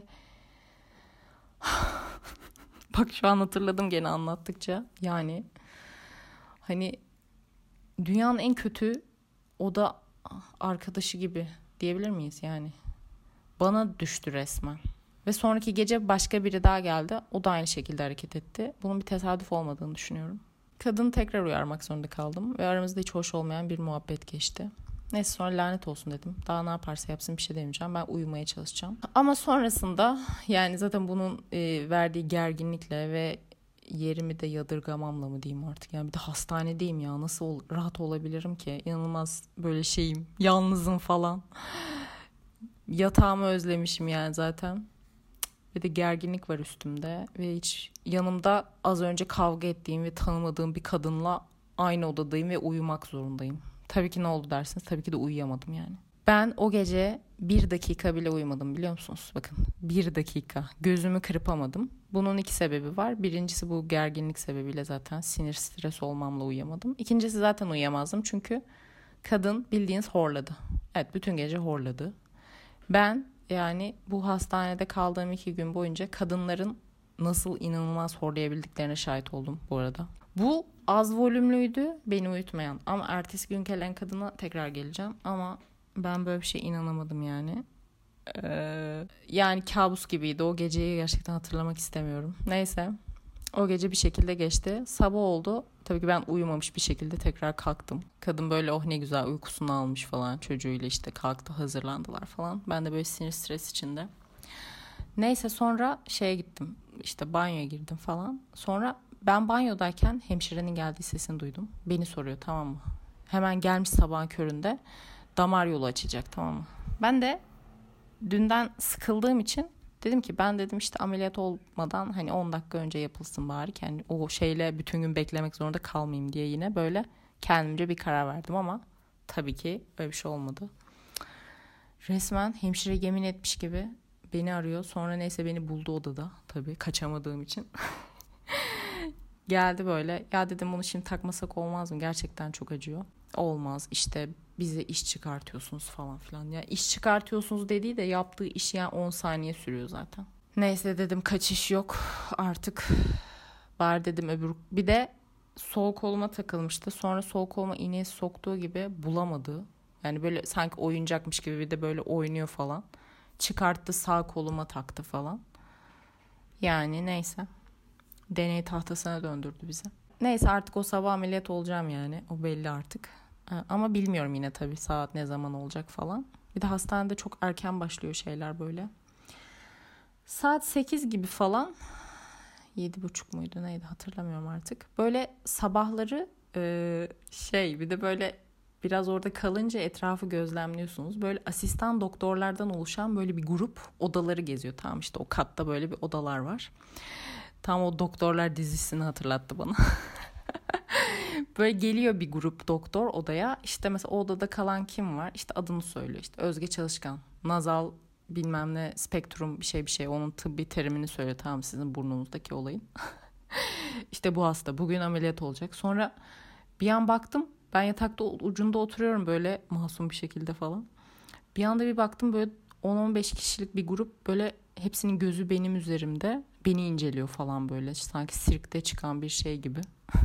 Bak şu an hatırladım gene anlattıkça. Yani hani dünyanın en kötü oda arkadaşı gibi diyebilir miyiz yani? Bana düştü resmen. Ve sonraki gece başka biri daha geldi. O da aynı şekilde hareket etti. Bunun bir tesadüf olmadığını düşünüyorum. Kadını tekrar uyarmak zorunda kaldım. Ve aramızda hiç hoş olmayan bir muhabbet geçti. Neyse sonra lanet olsun dedim. Daha ne yaparsa yapsın bir şey demeyeceğim. Ben uyumaya çalışacağım. Ama sonrasında yani zaten bunun e, verdiği gerginlikle ve yerimi de yadırgamamla mı diyeyim artık. Yani bir de hastanedeyim ya. Nasıl ol- rahat olabilirim ki? İnanılmaz böyle şeyim. Yalnızım falan. Yatağımı özlemişim yani zaten. Bir de gerginlik var üstümde. Ve hiç yanımda az önce kavga ettiğim ve tanımadığım bir kadınla aynı odadayım ve uyumak zorundayım. Tabii ki ne oldu dersiniz? Tabii ki de uyuyamadım yani. Ben o gece bir dakika bile uyumadım biliyor musunuz? Bakın bir dakika. Gözümü kırpamadım. Bunun iki sebebi var. Birincisi bu gerginlik sebebiyle zaten sinir stres olmamla uyuyamadım. İkincisi zaten uyuyamazdım çünkü kadın bildiğiniz horladı. Evet bütün gece horladı. Ben yani bu hastanede kaldığım iki gün boyunca kadınların nasıl inanılmaz horlayabildiklerine şahit oldum bu arada. Bu az volümlüydü beni uyutmayan ama ertesi gün gelen kadına tekrar geleceğim ama ben böyle bir şeye inanamadım yani. Ee, yani kabus gibiydi o geceyi gerçekten hatırlamak istemiyorum. Neyse o gece bir şekilde geçti. Sabah oldu. Tabii ki ben uyumamış bir şekilde tekrar kalktım. Kadın böyle oh ne güzel uykusunu almış falan çocuğuyla işte kalktı hazırlandılar falan. Ben de böyle sinir stres içinde. Neyse sonra şeye gittim işte banyoya girdim falan. Sonra ben banyodayken hemşirenin geldiği sesini duydum. Beni soruyor tamam mı? Hemen gelmiş sabahın köründe damar yolu açacak tamam mı? Ben de dünden sıkıldığım için dedim ki ben dedim işte ameliyat olmadan hani on dakika önce yapılsın bari. Yani o şeyle bütün gün beklemek zorunda kalmayayım diye yine böyle kendimce bir karar verdim ama tabii ki öyle bir şey olmadı. Resmen hemşire yemin etmiş gibi beni arıyor. Sonra neyse beni buldu odada tabii kaçamadığım için. Geldi böyle ya dedim bunu şimdi takmasak olmaz mı? Gerçekten çok acıyor. Olmaz işte bize iş çıkartıyorsunuz falan filan. Ya iş çıkartıyorsunuz dediği de yaptığı iş yani on saniye sürüyor zaten. Neyse dedim kaçış yok artık. Bari dedim öbür bir de sol koluma takılmıştı. Sonra sol koluma iğneyi soktuğu gibi bulamadı. Yani böyle sanki oyuncakmış gibi bir de böyle oynuyor falan. Çıkarttı sağ koluma taktı falan. Yani neyse. Deney tahtasına döndürdü bize. Neyse artık o sabah ameliyat olacağım yani. O belli artık. Ama bilmiyorum yine tabii saat ne zaman olacak falan. Bir de hastanede çok erken başlıyor şeyler böyle. Saat sekiz gibi falan. Yedi buçuk muydu neydi hatırlamıyorum artık. Böyle sabahları e, şey bir de böyle biraz orada kalınca etrafı gözlemliyorsunuz. Böyle asistan doktorlardan oluşan böyle bir grup odaları geziyor. Tamam işte o katta böyle bir odalar var. Tam o Doktorlar dizisini hatırlattı bana. Böyle geliyor bir grup doktor odaya. İşte mesela o odada kalan kim var? İşte adını söylüyor. İşte Özge Çalışkan. Nazal bilmem ne spektrum bir şey bir şey. Onun tıbbi terimini söylüyor. Tamam sizin burnunuzdaki olayın. İşte bu hasta bugün ameliyat olacak. Sonra bir an baktım. Ben yatakta ucunda oturuyorum böyle masum bir şekilde falan. Bir anda bir baktım böyle on on beş kişilik bir grup böyle hepsinin gözü benim üzerimde. Beni inceliyor falan böyle. Sanki sirkte çıkan bir şey gibi.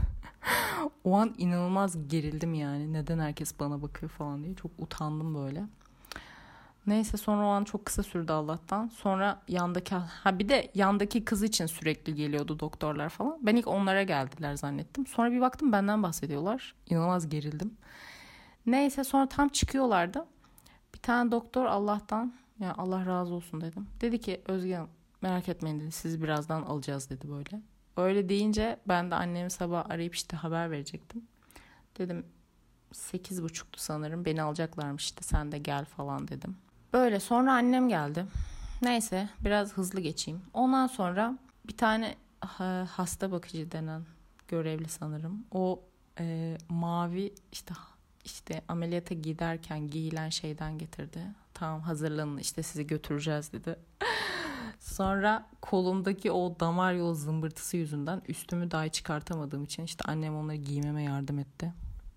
O an inanılmaz gerildim yani. Neden herkes bana bakıyor falan diye. Çok utandım böyle. Neyse sonra o an çok kısa sürdü Allah'tan. Sonra yandaki ha bir de yandaki kız için sürekli geliyordu doktorlar falan. Ben ilk onlara geldiler zannettim. Sonra bir baktım benden bahsediyorlar. İnanılmaz gerildim. Neyse sonra tam çıkıyorlardı. Bir tane doktor Allah'tan ya Allah razı olsun dedim. Dedi ki Özge Hanım merak etmeyin dedi. Sizi birazdan alacağız dedi böyle. Öyle deyince ben de annemi sabah arayıp işte haber verecektim. Dedim sekiz buçuktu sanırım beni alacaklarmış işte sen de gel falan dedim. Böyle sonra annem geldi. Neyse biraz hızlı geçeyim. Ondan sonra bir tane ha, hasta bakıcı denen görevli sanırım. O e, mavi işte işte ameliyata giderken giyilen şeyden getirdi. Tamam hazırlanın işte sizi götüreceğiz dedi. Sonra kolumdaki o damar yolu zımbırtısı yüzünden üstümü dahi çıkartamadığım için işte annem onları giymeme yardım etti.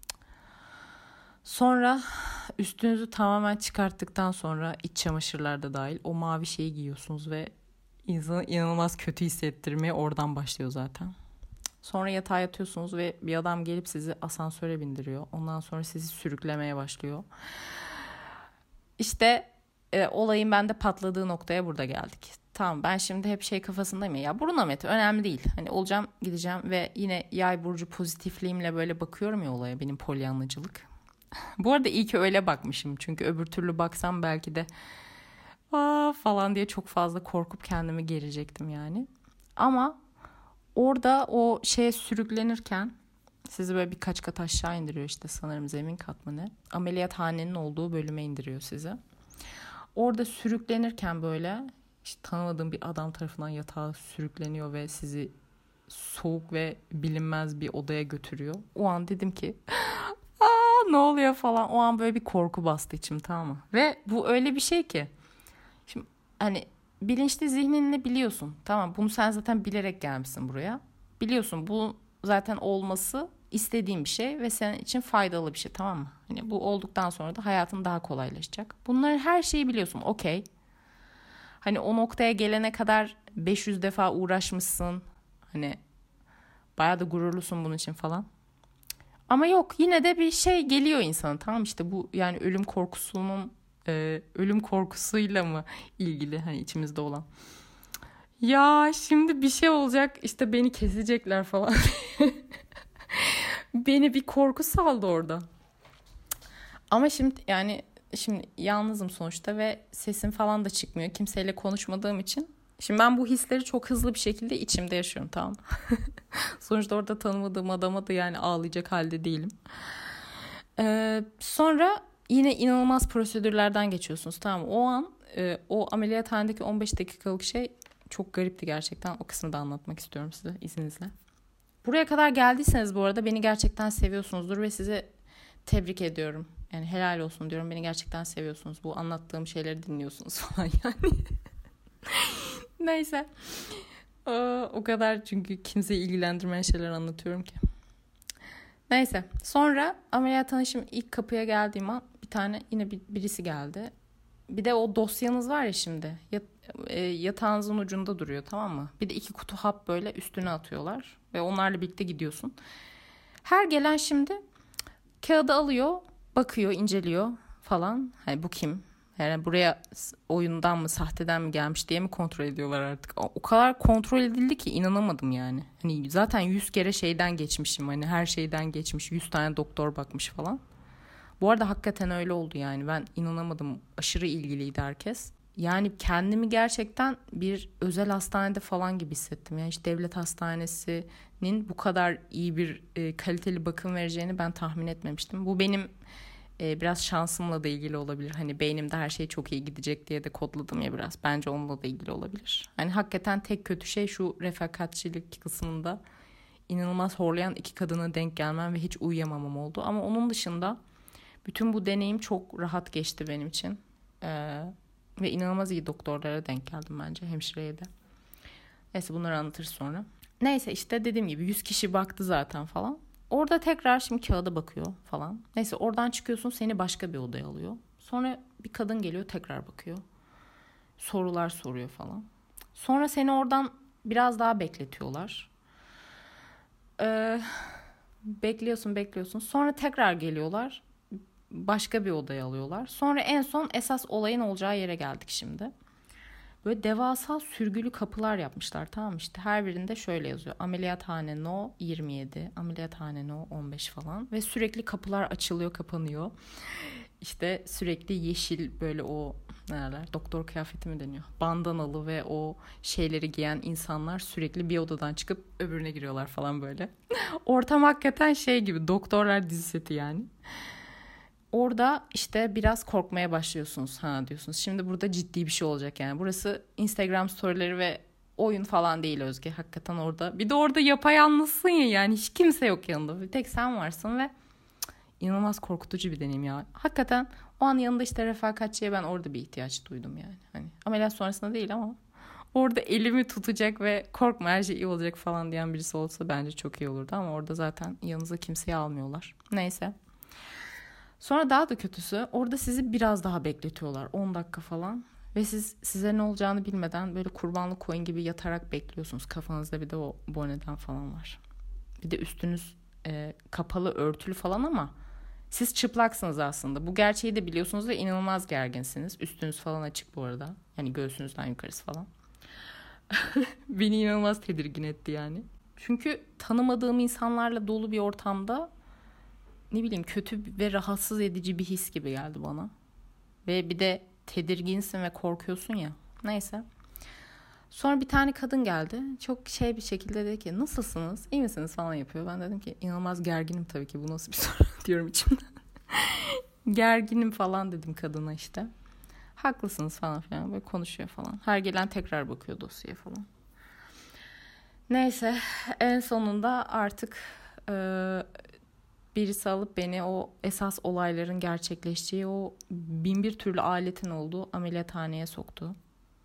Sonra üstünüzü tamamen çıkarttıktan sonra iç çamaşırlar da dahil o mavi şeyi giyiyorsunuz ve insanı inanılmaz kötü hissettirmeye oradan başlıyor zaten. Sonra yatağa yatıyorsunuz ve bir adam gelip sizi asansöre bindiriyor. Ondan sonra sizi sürüklemeye başlıyor. İşte e, olayın bende patladığı noktaya burada geldik. Tamam ben şimdi hep şey kafasındayım ya, ya burun ameliyatı önemli değil. Hani olacağım gideceğim ve yine yay burcu pozitifliğimle böyle bakıyorum ya olaya benim polyanlıcılık. Bu arada iyi ki öyle bakmışım. Çünkü öbür türlü baksam belki de aa falan diye çok fazla korkup kendimi gerecektim yani. Ama orada o şeye sürüklenirken sizi böyle birkaç kat aşağı indiriyor, işte sanırım zemin kat mı ne? Ameliyathanenin olduğu bölüme indiriyor sizi. Orada sürüklenirken böyle işte tanımadığım bir adam tarafından yatağa sürükleniyor ve sizi soğuk ve bilinmez bir odaya götürüyor. O an dedim ki aa ne oluyor falan. O an böyle bir korku bastı içim, tamam mı? Ve bu öyle bir şey ki şimdi hani bilinçli zihninle biliyorsun. Tamam, bunu sen zaten bilerek gelmişsin buraya. Biliyorsun bu zaten olması istediğin bir şey ve senin için faydalı bir şey, tamam mı? Hani bu olduktan sonra da hayatın daha kolaylaşacak. Bunların her şeyi biliyorsun, okey. Hani o noktaya gelene kadar beş yüz defa uğraşmışsın. Hani bayağı da gururlusun bunun için falan. Ama yok, yine de bir şey geliyor insana, tamam işte bu yani ölüm korkusunun e, ölüm korkusuyla mı ilgili hani içimizde olan. Ya şimdi bir şey olacak işte, beni kesecekler falan. Beni bir korku saldı orada. Ama şimdi yani şimdi yalnızım sonuçta ve sesim falan da çıkmıyor. Kimseyle konuşmadığım için. Şimdi ben bu hisleri çok hızlı bir şekilde içimde yaşıyorum, tamam. Sonuçta orada tanımadığım adama da yani ağlayacak halde değilim. Ee, sonra yine inanılmaz prosedürlerden geçiyorsunuz, tamam. O an e, o ameliyathanedeki on beş dakikalık şey çok garipti gerçekten. O kısmı da anlatmak istiyorum size izninizle. Buraya kadar geldiyseniz bu arada beni gerçekten seviyorsunuzdur ve sizi tebrik ediyorum. Yani helal olsun diyorum, beni gerçekten seviyorsunuz. Bu anlattığım şeyleri dinliyorsunuz falan yani. Neyse. O kadar çünkü kimseyi ilgilendirmeyen şeyler anlatıyorum ki. Neyse. Sonra ameliyathane, şimdi ilk kapıya geldiğim an bir tane yine bir, birisi geldi. Bir de o dosyanız var ya şimdi. Yat, e, yatağınızın ucunda duruyor, tamam mı? Bir de iki kutu hap böyle üstüne atıyorlar. Ve onlarla birlikte gidiyorsun. Her gelen şimdi kağıdı alıyor, bakıyor, inceliyor falan. Hani bu kim? Yani buraya oyundan mı, sahteden mi gelmiş diye mi kontrol ediyorlar artık? O kadar kontrol edildi ki inanamadım yani. Hani zaten yüz kere şeyden geçmişim. Hani her şeyden geçmiş. Yüz tane doktor bakmış falan. Bu arada hakikaten öyle oldu yani. Ben inanamadım. Aşırı ilgiliydi herkes. Yani kendimi gerçekten bir özel hastanede falan gibi hissettim. Yani hiç devlet hastanesinin bu kadar iyi bir e, kaliteli bakım vereceğini ben tahmin etmemiştim. Bu benim e, biraz şansımla da ilgili olabilir. Hani beynimde her şey çok iyi gidecek diye de kodladım ya biraz. Bence onunla da ilgili olabilir. Hani hakikaten tek kötü şey şu refakatçilik kısmında inanılmaz horlayan iki kadına denk gelmem ve hiç uyuyamamam oldu. Ama onun dışında bütün bu deneyim çok rahat geçti benim için. Ee, ve inanılmaz iyi doktorlara denk geldim bence, hemşireye de. Neyse bunları anlatırız sonra. Neyse işte dediğim gibi yüz kişi baktı zaten falan. Orada tekrar şimdi kağıda bakıyor falan. Neyse oradan çıkıyorsun, seni başka bir odaya alıyor. Sonra bir kadın geliyor, tekrar bakıyor. Sorular soruyor falan. Sonra seni oradan biraz daha bekletiyorlar. Ee, bekliyorsun bekliyorsun. Sonra tekrar geliyorlar. Başka bir odaya alıyorlar. Sonra en son esas olayın olacağı yere geldik şimdi. Böyle devasa sürgülü kapılar yapmışlar, tamam işte. Her birinde şöyle yazıyor: ameliyathane no yirmi yedi, ameliyathane no on beş falan. Ve sürekli kapılar açılıyor, kapanıyor. İşte sürekli yeşil böyle o ne derler, doktor kıyafeti mi deniyor? Bandanalı ve o şeyleri giyen insanlar sürekli bir odadan çıkıp öbürüne giriyorlar falan böyle. Ortam hakikaten şey gibi, doktorlar dizi seti yani. Orada işte biraz korkmaya başlıyorsunuz. Ha diyorsunuz, şimdi burada ciddi bir şey olacak yani. Burası Instagram storyleri ve oyun falan değil Özge. Hakikaten orada. Bir de orada yapayalnızsın ya yani. Hiç kimse yok yanında. Bir tek sen varsın ve cık, inanılmaz korkutucu bir deneyim ya. Hakikaten o an yanında işte refakatçiye ben orada bir ihtiyaç duydum yani. Hani ameliyat sonrasında değil ama orada elimi tutacak ve korkma her şey iyi olacak falan diyen birisi olsa bence çok iyi olurdu. Ama orada zaten yanınıza kimseyi almıyorlar. Neyse. Sonra daha da kötüsü, orada sizi biraz daha bekletiyorlar. on dakika falan. Ve siz size ne olacağını bilmeden böyle kurbanlık koyun gibi yatarak bekliyorsunuz. Kafanızda bir de o boneden falan var. Bir de üstünüz e, kapalı, örtülü falan ama siz çıplaksınız aslında. Bu gerçeği de biliyorsunuz ve inanılmaz gerginsiniz. Üstünüz falan açık bu arada. Yani göğsünüzden yukarısı falan. Beni inanılmaz tedirgin etti yani. Çünkü tanımadığım insanlarla dolu bir ortamda ne bileyim kötü ve rahatsız edici bir his gibi geldi bana. Ve bir de tedirginsin ve korkuyorsun ya. Neyse. Sonra bir tane kadın geldi. Çok şey bir şekilde dedi ki nasılsınız? İyi misiniz falan yapıyor. Ben dedim ki inanılmaz gerginim tabii ki. Bu nasıl bir soru diyorum içimden. Gerginim falan dedim kadına işte. Haklısınız falan filan. Böyle konuşuyor falan. Her gelen tekrar bakıyor dosyaya falan. Neyse en sonunda artık e, birisi alıp beni o esas olayların gerçekleştiği o bin bir türlü aletin olduğu ameliyathaneye soktu.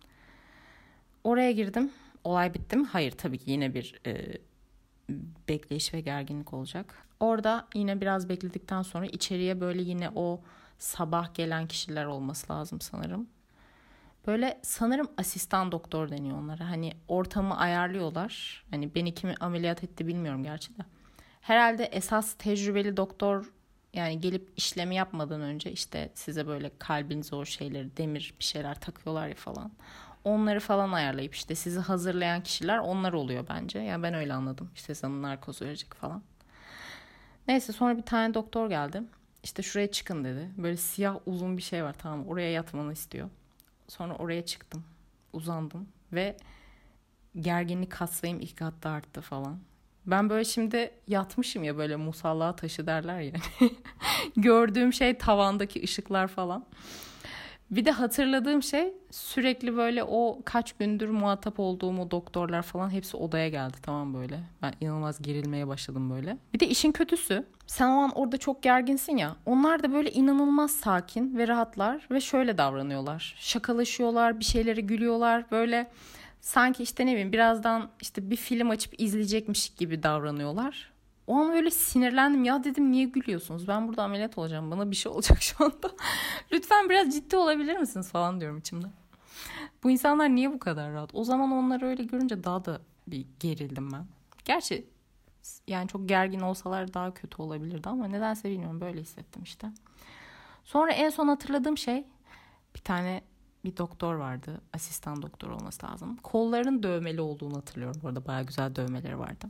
Oraya girdim. Olay bitti mi? Hayır tabii ki yine bir e, bekleyiş ve gerginlik olacak. Orada yine biraz bekledikten sonra içeriye böyle yine o sabah gelen kişiler olması lazım sanırım. Böyle sanırım asistan doktor deniyor onlara. Hani ortamı ayarlıyorlar. Hani beni kimi ameliyat etti bilmiyorum gerçi de. Herhalde esas tecrübeli doktor yani gelip işlemi yapmadan önce işte size böyle kalbinize o şeyleri demir bir şeyler takıyorlar ya falan. Onları falan ayarlayıp işte sizi hazırlayan kişiler onlar oluyor bence. Yani ben öyle anladım. İşte sana narkoz verecek falan. Neyse sonra bir tane doktor geldi. İşte şuraya çıkın dedi. Böyle siyah uzun bir şey var tamam oraya yatmanı istiyor. Sonra oraya çıktım. Uzandım ve gerginlik katsayım iki kat da arttı falan. Ben böyle şimdi yatmışım ya böyle musalla taşı derler ya. Gördüğüm şey tavandaki ışıklar falan. Bir de hatırladığım şey sürekli böyle o kaç gündür muhatap olduğum o doktorlar falan hepsi odaya geldi tamam böyle. Ben inanılmaz gerilmeye başladım böyle. Bir de işin kötüsü sen o an orada çok gerginsin ya. Onlar da böyle inanılmaz sakin ve rahatlar ve şöyle davranıyorlar. Şakalaşıyorlar, bir şeylere gülüyorlar böyle. Sanki işte ne bileyim birazdan işte bir film açıp izleyecekmiş gibi davranıyorlar. O an öyle sinirlendim ya dedim niye gülüyorsunuz? Ben burada ameliyat olacağım. Bana bir şey olacak şu anda. Lütfen biraz ciddi olabilir misiniz falan diyorum içimde. Bu insanlar niye bu kadar rahat? O zaman onları öyle görünce daha da bir gerildim ben. Gerçi yani çok gergin olsalar daha kötü olabilirdi ama nedense bilmiyorum böyle hissettim işte. Sonra en son hatırladığım şey bir tane bir doktor vardı. Asistan doktor olması lazım. Kollarının dövmeli olduğunu hatırlıyorum. Bu arada bayağı güzel dövmeleri vardı.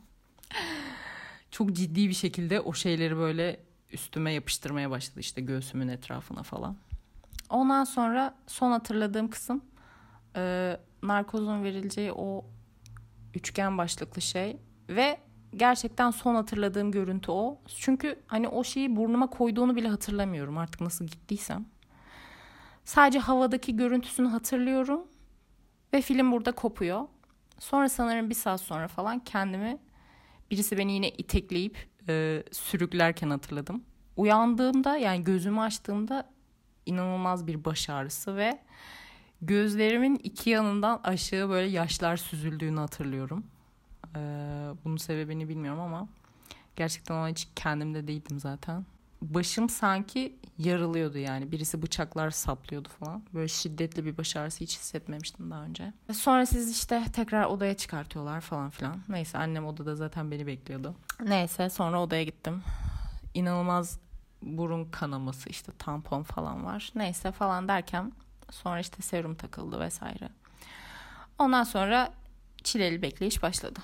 Çok ciddi bir şekilde o şeyleri böyle üstüme yapıştırmaya başladı işte göğsümün etrafına falan. Ondan sonra son hatırladığım kısım e, narkozun verileceği o üçgen başlıklı şey ve gerçekten son hatırladığım görüntü o. Çünkü hani o şeyi burnuma koyduğunu bile hatırlamıyorum artık nasıl gittiysem. Sadece havadaki görüntüsünü hatırlıyorum ve film burada kopuyor. Sonra sanırım bir saat sonra falan kendimi birisi beni yine itekleyip e, sürüklerken hatırladım. Uyandığımda yani gözümü açtığımda inanılmaz bir baş ağrısı ve gözlerimin iki yanından aşağı böyle yaşlar süzüldüğünü hatırlıyorum. E, bunun sebebini bilmiyorum ama gerçekten ona hiç kendimde değildim zaten. Başım sanki yarılıyordu yani. Birisi bıçaklar saplıyordu falan. Böyle şiddetli bir baş ağrısı hiç hissetmemiştim daha önce. Sonra siz işte tekrar odaya çıkartıyorlar falan filan. Neyse annem odada zaten beni bekliyordu. Neyse sonra odaya gittim. İnanılmaz burun kanaması işte tampon falan var. Neyse falan derken sonra işte serum takıldı vesaire. Ondan sonra çileli bekleyiş başladı.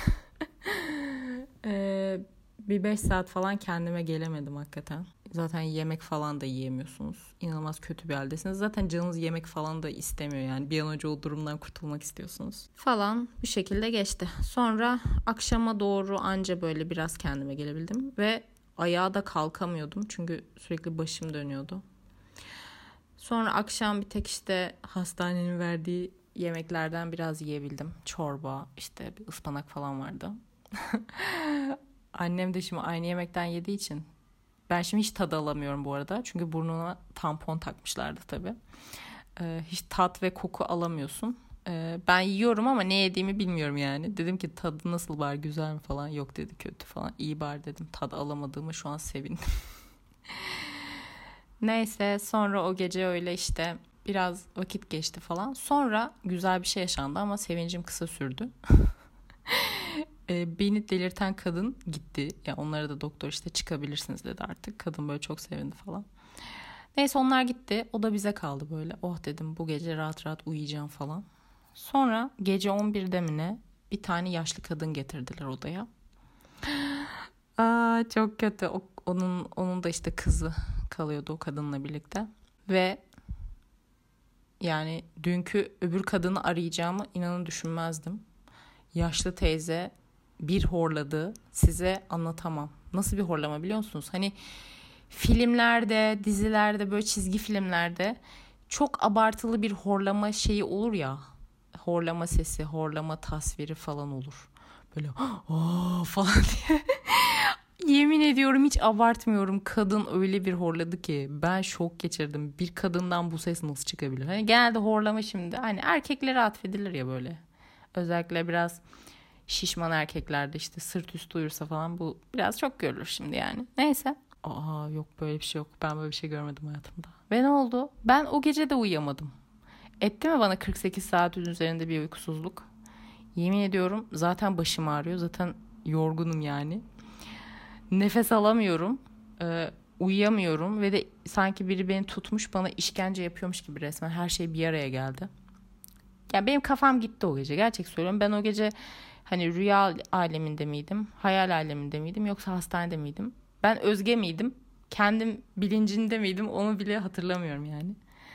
Eee... Bir beş saat falan kendime gelemedim hakikaten. Zaten yemek falan da yiyemiyorsunuz. İnanılmaz kötü bir haldesiniz. Zaten canınız yemek falan da istemiyor yani. Bir an önce o durumdan kurtulmak istiyorsunuz. Falan bir şekilde geçti. Sonra akşama doğru anca böyle biraz kendime gelebildim. Ve ayağa da kalkamıyordum. Çünkü sürekli başım dönüyordu. Sonra akşam bir tek işte hastanenin verdiği yemeklerden biraz yiyebildim. Çorba, işte bir ıspanak falan vardı. Annem de şimdi aynı yemekten yediği için ben şimdi hiç tadı alamıyorum bu arada. Çünkü burnuna tampon takmışlardı tabii. Ee, hiç tat ve koku alamıyorsun. Ee, ben yiyorum ama ne yediğimi bilmiyorum yani. Dedim ki tadı nasıl bari güzel mi falan. Yok dedi kötü falan. İyi bari dedim. Tadı alamadığımı şu an sevindim. Neyse sonra o gece öyle işte biraz vakit geçti falan. Sonra güzel bir şey yaşandı ama sevincim kısa sürdü. E, beni delirten kadın gitti. Ya onlara da doktor işte çıkabilirsiniz dedi artık. Kadın böyle çok sevindi falan. Neyse onlar gitti. O da bize kaldı böyle. Oh dedim bu gece rahat rahat uyuyacağım falan. Sonra gece on birde mi ne bir tane yaşlı kadın getirdiler odaya. Aa, çok kötü. O, onun onun da işte kızı kalıyordu o kadınla birlikte. Ve yani dünkü öbür kadını arayacağımı inanın düşünmezdim. Yaşlı teyze bir horladı. Size anlatamam. Nasıl bir horlama biliyor musunuz? Hani filmlerde, dizilerde, böyle çizgi filmlerde çok abartılı bir horlama şeyi olur ya. Horlama sesi, horlama tasviri falan olur. Böyle aa falan diye. Yemin ediyorum hiç abartmıyorum. Kadın öyle bir horladı ki ben şok geçirdim. Bir kadından bu ses nasıl çıkabilir? Hani genelde horlama şimdi hani erkeklere atfedilir ya böyle. Özellikle biraz şişman erkeklerde işte sırt üstü uyursa falan bu biraz çok görülür şimdi yani. Neyse. Aa yok böyle bir şey yok. Ben böyle bir şey görmedim hayatımda. Ve ne oldu? Ben o gece de uyuyamadım. Etti mi bana kırk sekiz saatin üzerinde bir uykusuzluk? Yemin ediyorum zaten başım ağrıyor. Zaten yorgunum yani. Nefes alamıyorum. Ee, uyuyamıyorum. Ve de sanki biri beni tutmuş bana işkence yapıyormuş gibi resmen. Her şey bir araya geldi. Yani benim kafam gitti o gece. Gerçek söylüyorum. Ben o gece hani rüya aleminde miydim? Hayal aleminde miydim? Yoksa hastanede miydim? Ben Özge miydim? Kendim bilincinde miydim? Onu bile hatırlamıyorum yani.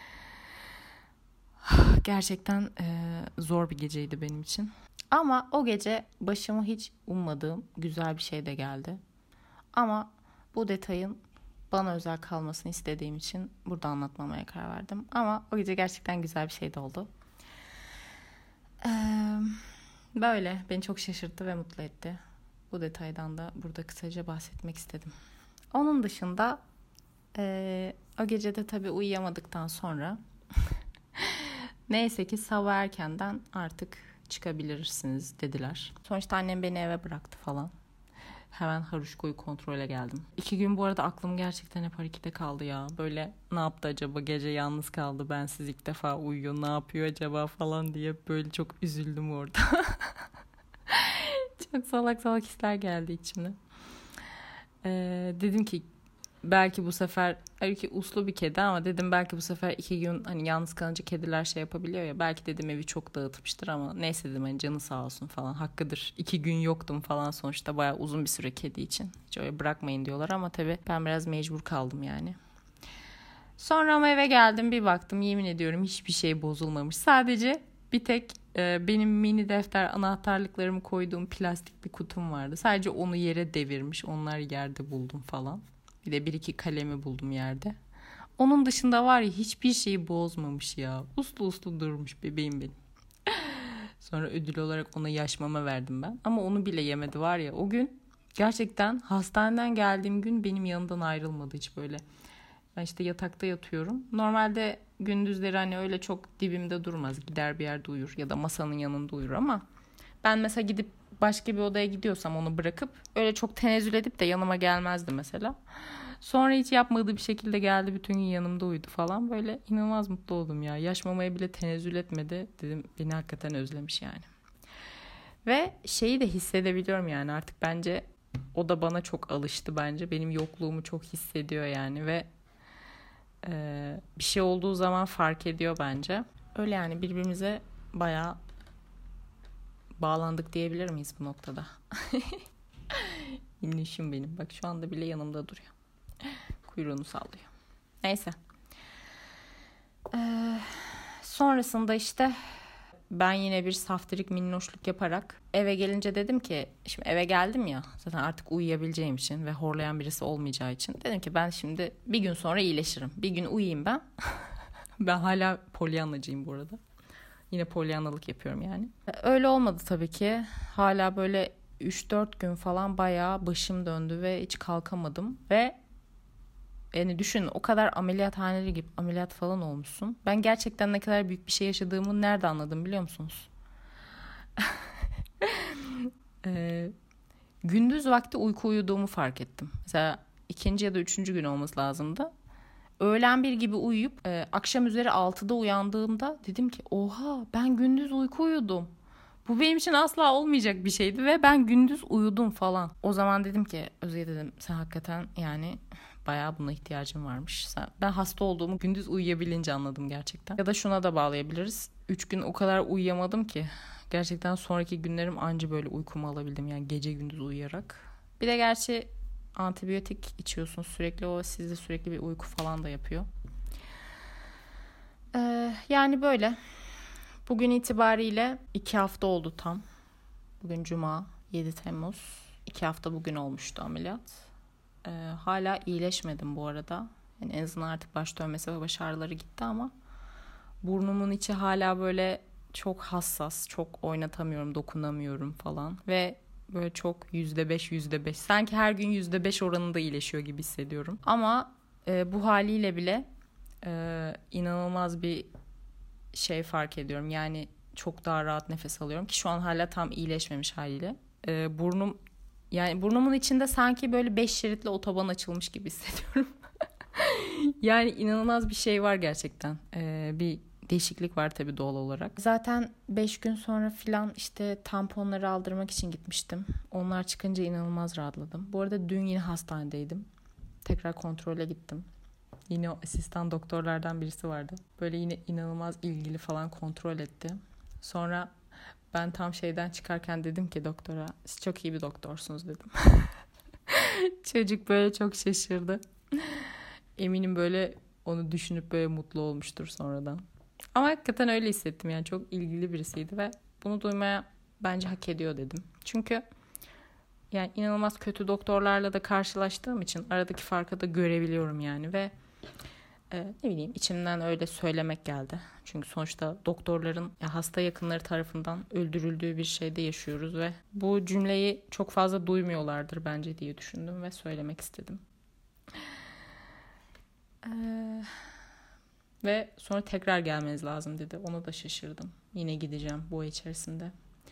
Gerçekten e, zor bir geceydi benim için. Ama o gece başıma hiç ummadığım güzel bir şey de geldi. Ama bu detayın bana özel kalmasını istediğim için burada anlatmamaya karar verdim. Ama o gece gerçekten güzel bir şey de oldu. Ee, böyle beni çok şaşırttı ve mutlu etti. Bu detaydan da burada kısaca bahsetmek istedim. Onun dışında e, o gece de tabii uyuyamadıktan sonra neyse ki sabah erkenden artık çıkabilirsiniz dediler. Sonuçta annem beni eve bıraktı falan. Hemen Haruşko'yu kontrole geldim. İki gün bu arada aklım gerçekten hep harekete kaldı ya. Böyle ne yaptı acaba, gece yalnız kaldı, bensiz ilk defa uyuyor, ne yapıyor acaba falan diye böyle çok üzüldüm orada. Çok salak salak hisler geldi içime. Ee, dedim ki belki bu sefer, belki uslu bir kedi ama dedim belki bu sefer iki gün hani yalnız kalınca kediler şey yapabiliyor ya, belki dedim evi çok dağıtmıştır ama neyse dedim hani canı sağ olsun falan, hakkıdır, iki gün yoktum falan, sonuçta bayağı uzun bir süre kedi için, hiç öyle bırakmayın diyorlar ama tabii ben biraz mecbur kaldım yani. Sonra ama eve geldim, bir baktım, yemin ediyorum hiçbir şey bozulmamış, sadece bir tek e, benim mini defter anahtarlıklarımı koyduğum plastik bir kutum vardı, sadece onu yere devirmiş, onlar yerde buldum falan. Bir de bir iki kalemi buldum yerde. Onun dışında var ya hiçbir şeyi bozmamış ya. Uslu uslu durmuş bebeğim benim. Sonra ödül olarak ona yaş mama verdim ben. Ama onu bile yemedi var ya. O gün gerçekten hastaneden geldiğim gün benim yanımdan ayrılmadı hiç böyle. Ben işte yatakta yatıyorum. Normalde gündüzleri hani öyle çok dibimde durmaz. Gider bir yerde uyur ya da masanın yanında uyur ama ben mesela gidip başka bir odaya gidiyorsam onu bırakıp öyle çok tenezzül edip de yanıma gelmezdi mesela. Sonra hiç yapmadığı bir şekilde geldi, bütün gün yanımda uyudu falan. Böyle inanılmaz mutlu oldum ya. Yaş mamaya bile tenezzül etmedi. Dedim beni hakikaten özlemiş yani. Ve şeyi de hissedebiliyorum yani artık, bence o da bana çok alıştı bence. Benim yokluğumu çok hissediyor yani ve e, bir şey olduğu zaman fark ediyor bence. Öyle yani, birbirimize bayağı bağlandık diyebilir miyiz bu noktada? İnişim benim. Bak şu anda bile yanımda duruyor. Kuyruğunu sallıyor. Neyse. Ee, sonrasında işte ben yine bir saftirik minnoşluk yaparak eve gelince dedim ki, şimdi eve geldim ya zaten artık uyuyabileceğim için ve horlayan birisi olmayacağı için dedim ki ben şimdi bir gün sonra iyileşirim. Bir gün uyuyayım ben. Ben hala polyanlacıyım bu arada. Yine polyanlalık yapıyorum yani. Öyle olmadı tabii ki. Hala böyle üç dört gün falan bayağı başım döndü ve hiç kalkamadım. Ve yani düşün, o kadar ameliyathanede gibi ameliyat falan olmuşsun. Ben gerçekten ne kadar büyük bir şey yaşadığımı nerede anladım biliyor musunuz? ee, gündüz vakti uyku uyuduğumu fark ettim. Mesela ikinci ya da üçüncü gün olması lazımdı. Öğlen bir gibi uyuyup e, akşam üzeri altıda uyandığımda dedim ki oha, ben gündüz uyku uyudum. Bu benim için asla olmayacak bir şeydi ve ben gündüz uyudum falan. O zaman dedim ki Özge, dedim sen hakikaten yani bayağı buna ihtiyacın varmış. Sen, ben hasta olduğumu gündüz uyuyabilince anladım gerçekten. Ya da şuna da bağlayabiliriz. Üç gün o kadar uyuyamadım ki gerçekten sonraki günlerim anca böyle uykumu alabildim. Yani gece gündüz uyuyarak. Bir de gerçi antibiyotik içiyorsun sürekli. O sizde sürekli bir uyku falan da yapıyor. Ee, yani böyle. Bugün itibariyle iki hafta oldu tam. Bugün Cuma, yedi Temmuz. iki hafta bugün olmuştu ameliyat. Ee, hala iyileşmedim bu arada. Yani en azından artık baş dönmesi ve baş ağrıları gitti ama burnumun içi hala böyle çok hassas, çok oynatamıyorum, dokunamıyorum falan. Ve böyle çok yüzde beş, yüzde beş. Sanki her gün yüzde beş oranında iyileşiyor gibi hissediyorum. Ama e, bu haliyle bile e, inanılmaz bir şey fark ediyorum. Yani çok daha rahat nefes alıyorum ki şu an hala tam iyileşmemiş haliyle. E, burnum yani burnumun içinde sanki böyle beş şeritli otoban açılmış gibi hissediyorum. Yani inanılmaz bir şey var gerçekten. E, bir değişiklik var tabii doğal olarak. Zaten beş gün sonra filan işte tamponları aldırmak için gitmiştim. Onlar çıkınca inanılmaz rahatladım. Bu arada dün yine hastanedeydim. Tekrar kontrole gittim. Yine o asistan doktorlardan birisi vardı. Böyle yine inanılmaz ilgili falan kontrol etti. Sonra ben tam şeyden çıkarken dedim ki doktora, siz çok iyi bir doktorsunuz dedim. Çocuk böyle çok şaşırdı. Eminim böyle onu düşünüp böyle mutlu olmuştur sonradan. Ama hakikaten öyle hissettim yani çok ilgili birisiydi ve bunu duymaya bence hak ediyor dedim. Çünkü yani inanılmaz kötü doktorlarla da karşılaştığım için aradaki farkı da görebiliyorum yani ve e, ne bileyim içimden öyle söylemek geldi. Çünkü sonuçta doktorların ya hasta yakınları tarafından öldürüldüğü bir şeyde yaşıyoruz ve bu cümleyi çok fazla duymuyorlardır bence diye düşündüm ve söylemek istedim. Eee... Ve sonra tekrar gelmeniz lazım dedi. Ona da şaşırdım. Yine gideceğim bu ay içerisinde.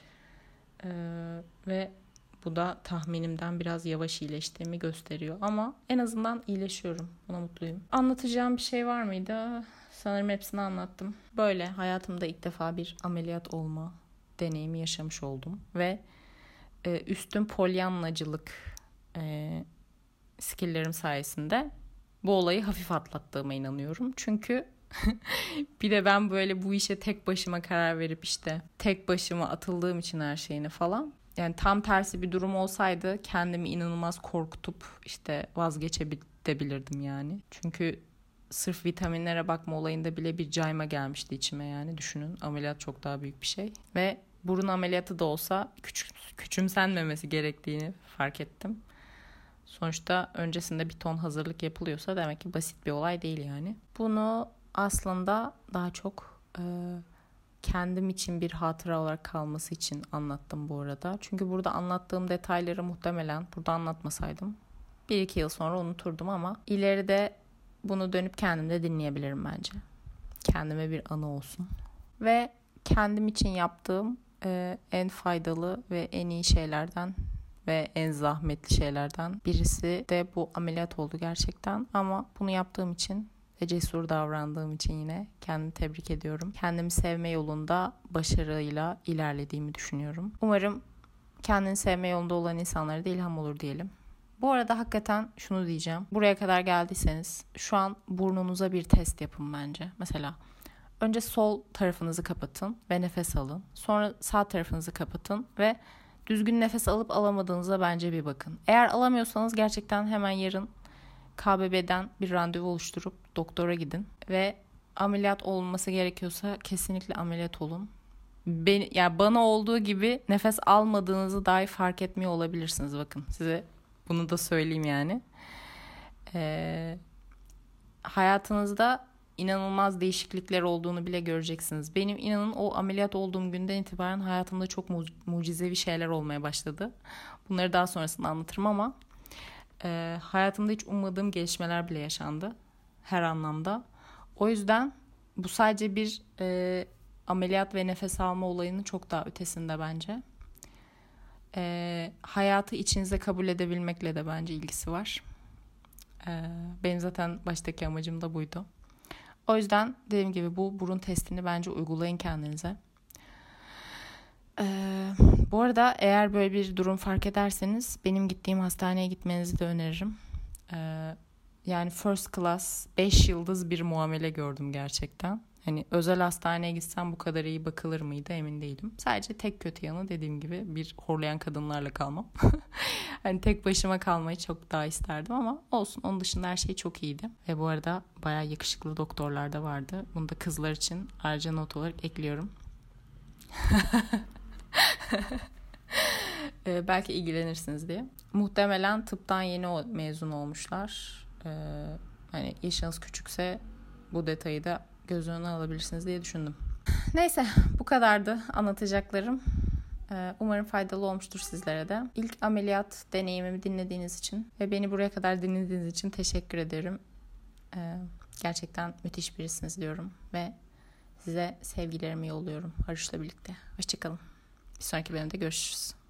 Ee, ve bu da tahminimden biraz yavaş iyileştiğimi gösteriyor. Ama en azından iyileşiyorum. Buna mutluyum. Anlatacağım bir şey var mıydı? Sanırım hepsini anlattım. Böyle hayatımda ilk defa bir ameliyat olma deneyimi yaşamış oldum. Ve e, üstün polyanlacılık e, skilllerim sayesinde bu olayı hafif atlattığıma inanıyorum. Çünkü bir de ben böyle bu işe tek başıma karar verip işte tek başıma atıldığım için her şeyini falan. Yani tam tersi bir durum olsaydı kendimi inanılmaz korkutup işte vazgeçebilirdim yani. Çünkü sırf vitaminlere bakma olayında bile bir cayma gelmişti içime yani. Düşünün ameliyat çok daha büyük bir şey. Ve burun ameliyatı da olsa küçük, küçümsenmemesi gerektiğini fark ettim. Sonuçta öncesinde bir ton hazırlık yapılıyorsa demek ki basit bir olay değil yani. Bunu aslında daha çok e, kendim için bir hatıra olarak kalması için anlattım bu arada. Çünkü burada anlattığım detayları muhtemelen burada anlatmasaydım bir iki yıl sonra unuturdum ama ileride bunu dönüp kendim de dinleyebilirim bence. Kendime bir anı olsun. Ve kendim için yaptığım e, en faydalı ve en iyi şeylerden ve en zahmetli şeylerden birisi de bu ameliyat oldu gerçekten. Ama bunu yaptığım için ve cesur davrandığım için yine kendimi tebrik ediyorum. Kendimi sevme yolunda başarıyla ilerlediğimi düşünüyorum. Umarım kendini sevme yolunda olan insanlara da ilham olur diyelim. Bu arada hakikaten şunu diyeceğim. Buraya kadar geldiyseniz şu an burnunuza bir test yapın bence. Mesela önce sol tarafınızı kapatın ve nefes alın. Sonra sağ tarafınızı kapatın ve düzgün nefes alıp alamadığınıza bence bir bakın. Eğer alamıyorsanız gerçekten hemen yarın K B B'den bir randevu oluşturup doktora gidin. Ve ameliyat olması gerekiyorsa kesinlikle ameliyat olun. Ben, yani bana olduğu gibi nefes almadığınızı dahi fark etmiyor olabilirsiniz. Bakın size bunu da söyleyeyim yani. Ee, hayatınızda inanılmaz değişiklikler olduğunu bile göreceksiniz. Benim inanın o ameliyat olduğum günden itibaren hayatımda çok mu- mucizevi şeyler olmaya başladı. Bunları daha sonrasında anlatırım ama e, hayatımda hiç ummadığım gelişmeler bile yaşandı. Her anlamda. O yüzden bu sadece bir e, ameliyat ve nefes alma olayının çok daha ötesinde bence. E, hayatı içinize kabul edebilmekle de bence ilgisi var. E, benim zaten baştaki amacım da buydu. O yüzden dediğim gibi bu burun testini bence uygulayın kendinize. Ee, bu arada eğer böyle bir durum fark ederseniz benim gittiğim hastaneye gitmenizi de öneririm. Ee, yani first class beş yıldız bir muamele gördüm gerçekten. Hani özel hastaneye gitsem bu kadar iyi bakılır mıydı emin değilim. Sadece tek kötü yanı dediğim gibi bir horlayan kadınlarla kalmam. Hani tek başıma kalmayı çok daha isterdim ama olsun, onun dışında her şey çok iyiydi. Ve bu arada bayağı yakışıklı doktorlar da vardı. Bunu da kızlar için ayrıca not olarak ekliyorum. Ee, belki ilgilenirsiniz diye. Muhtemelen tıptan yeni mezun olmuşlar. Ee, hani yaşınız küçükse bu detayı da göz önüne alabilirsiniz diye düşündüm. Neyse, bu kadardı anlatacaklarım. Ee, umarım faydalı olmuştur sizlere de. İlk ameliyat deneyimimi dinlediğiniz için ve beni buraya kadar dinlediğiniz için teşekkür ederim. Ee, gerçekten müthiş birisiniz diyorum ve size sevgilerimi yolluyorum Haruş'la birlikte. Hoşçakalın. Bir sonraki bölümde görüşürüz.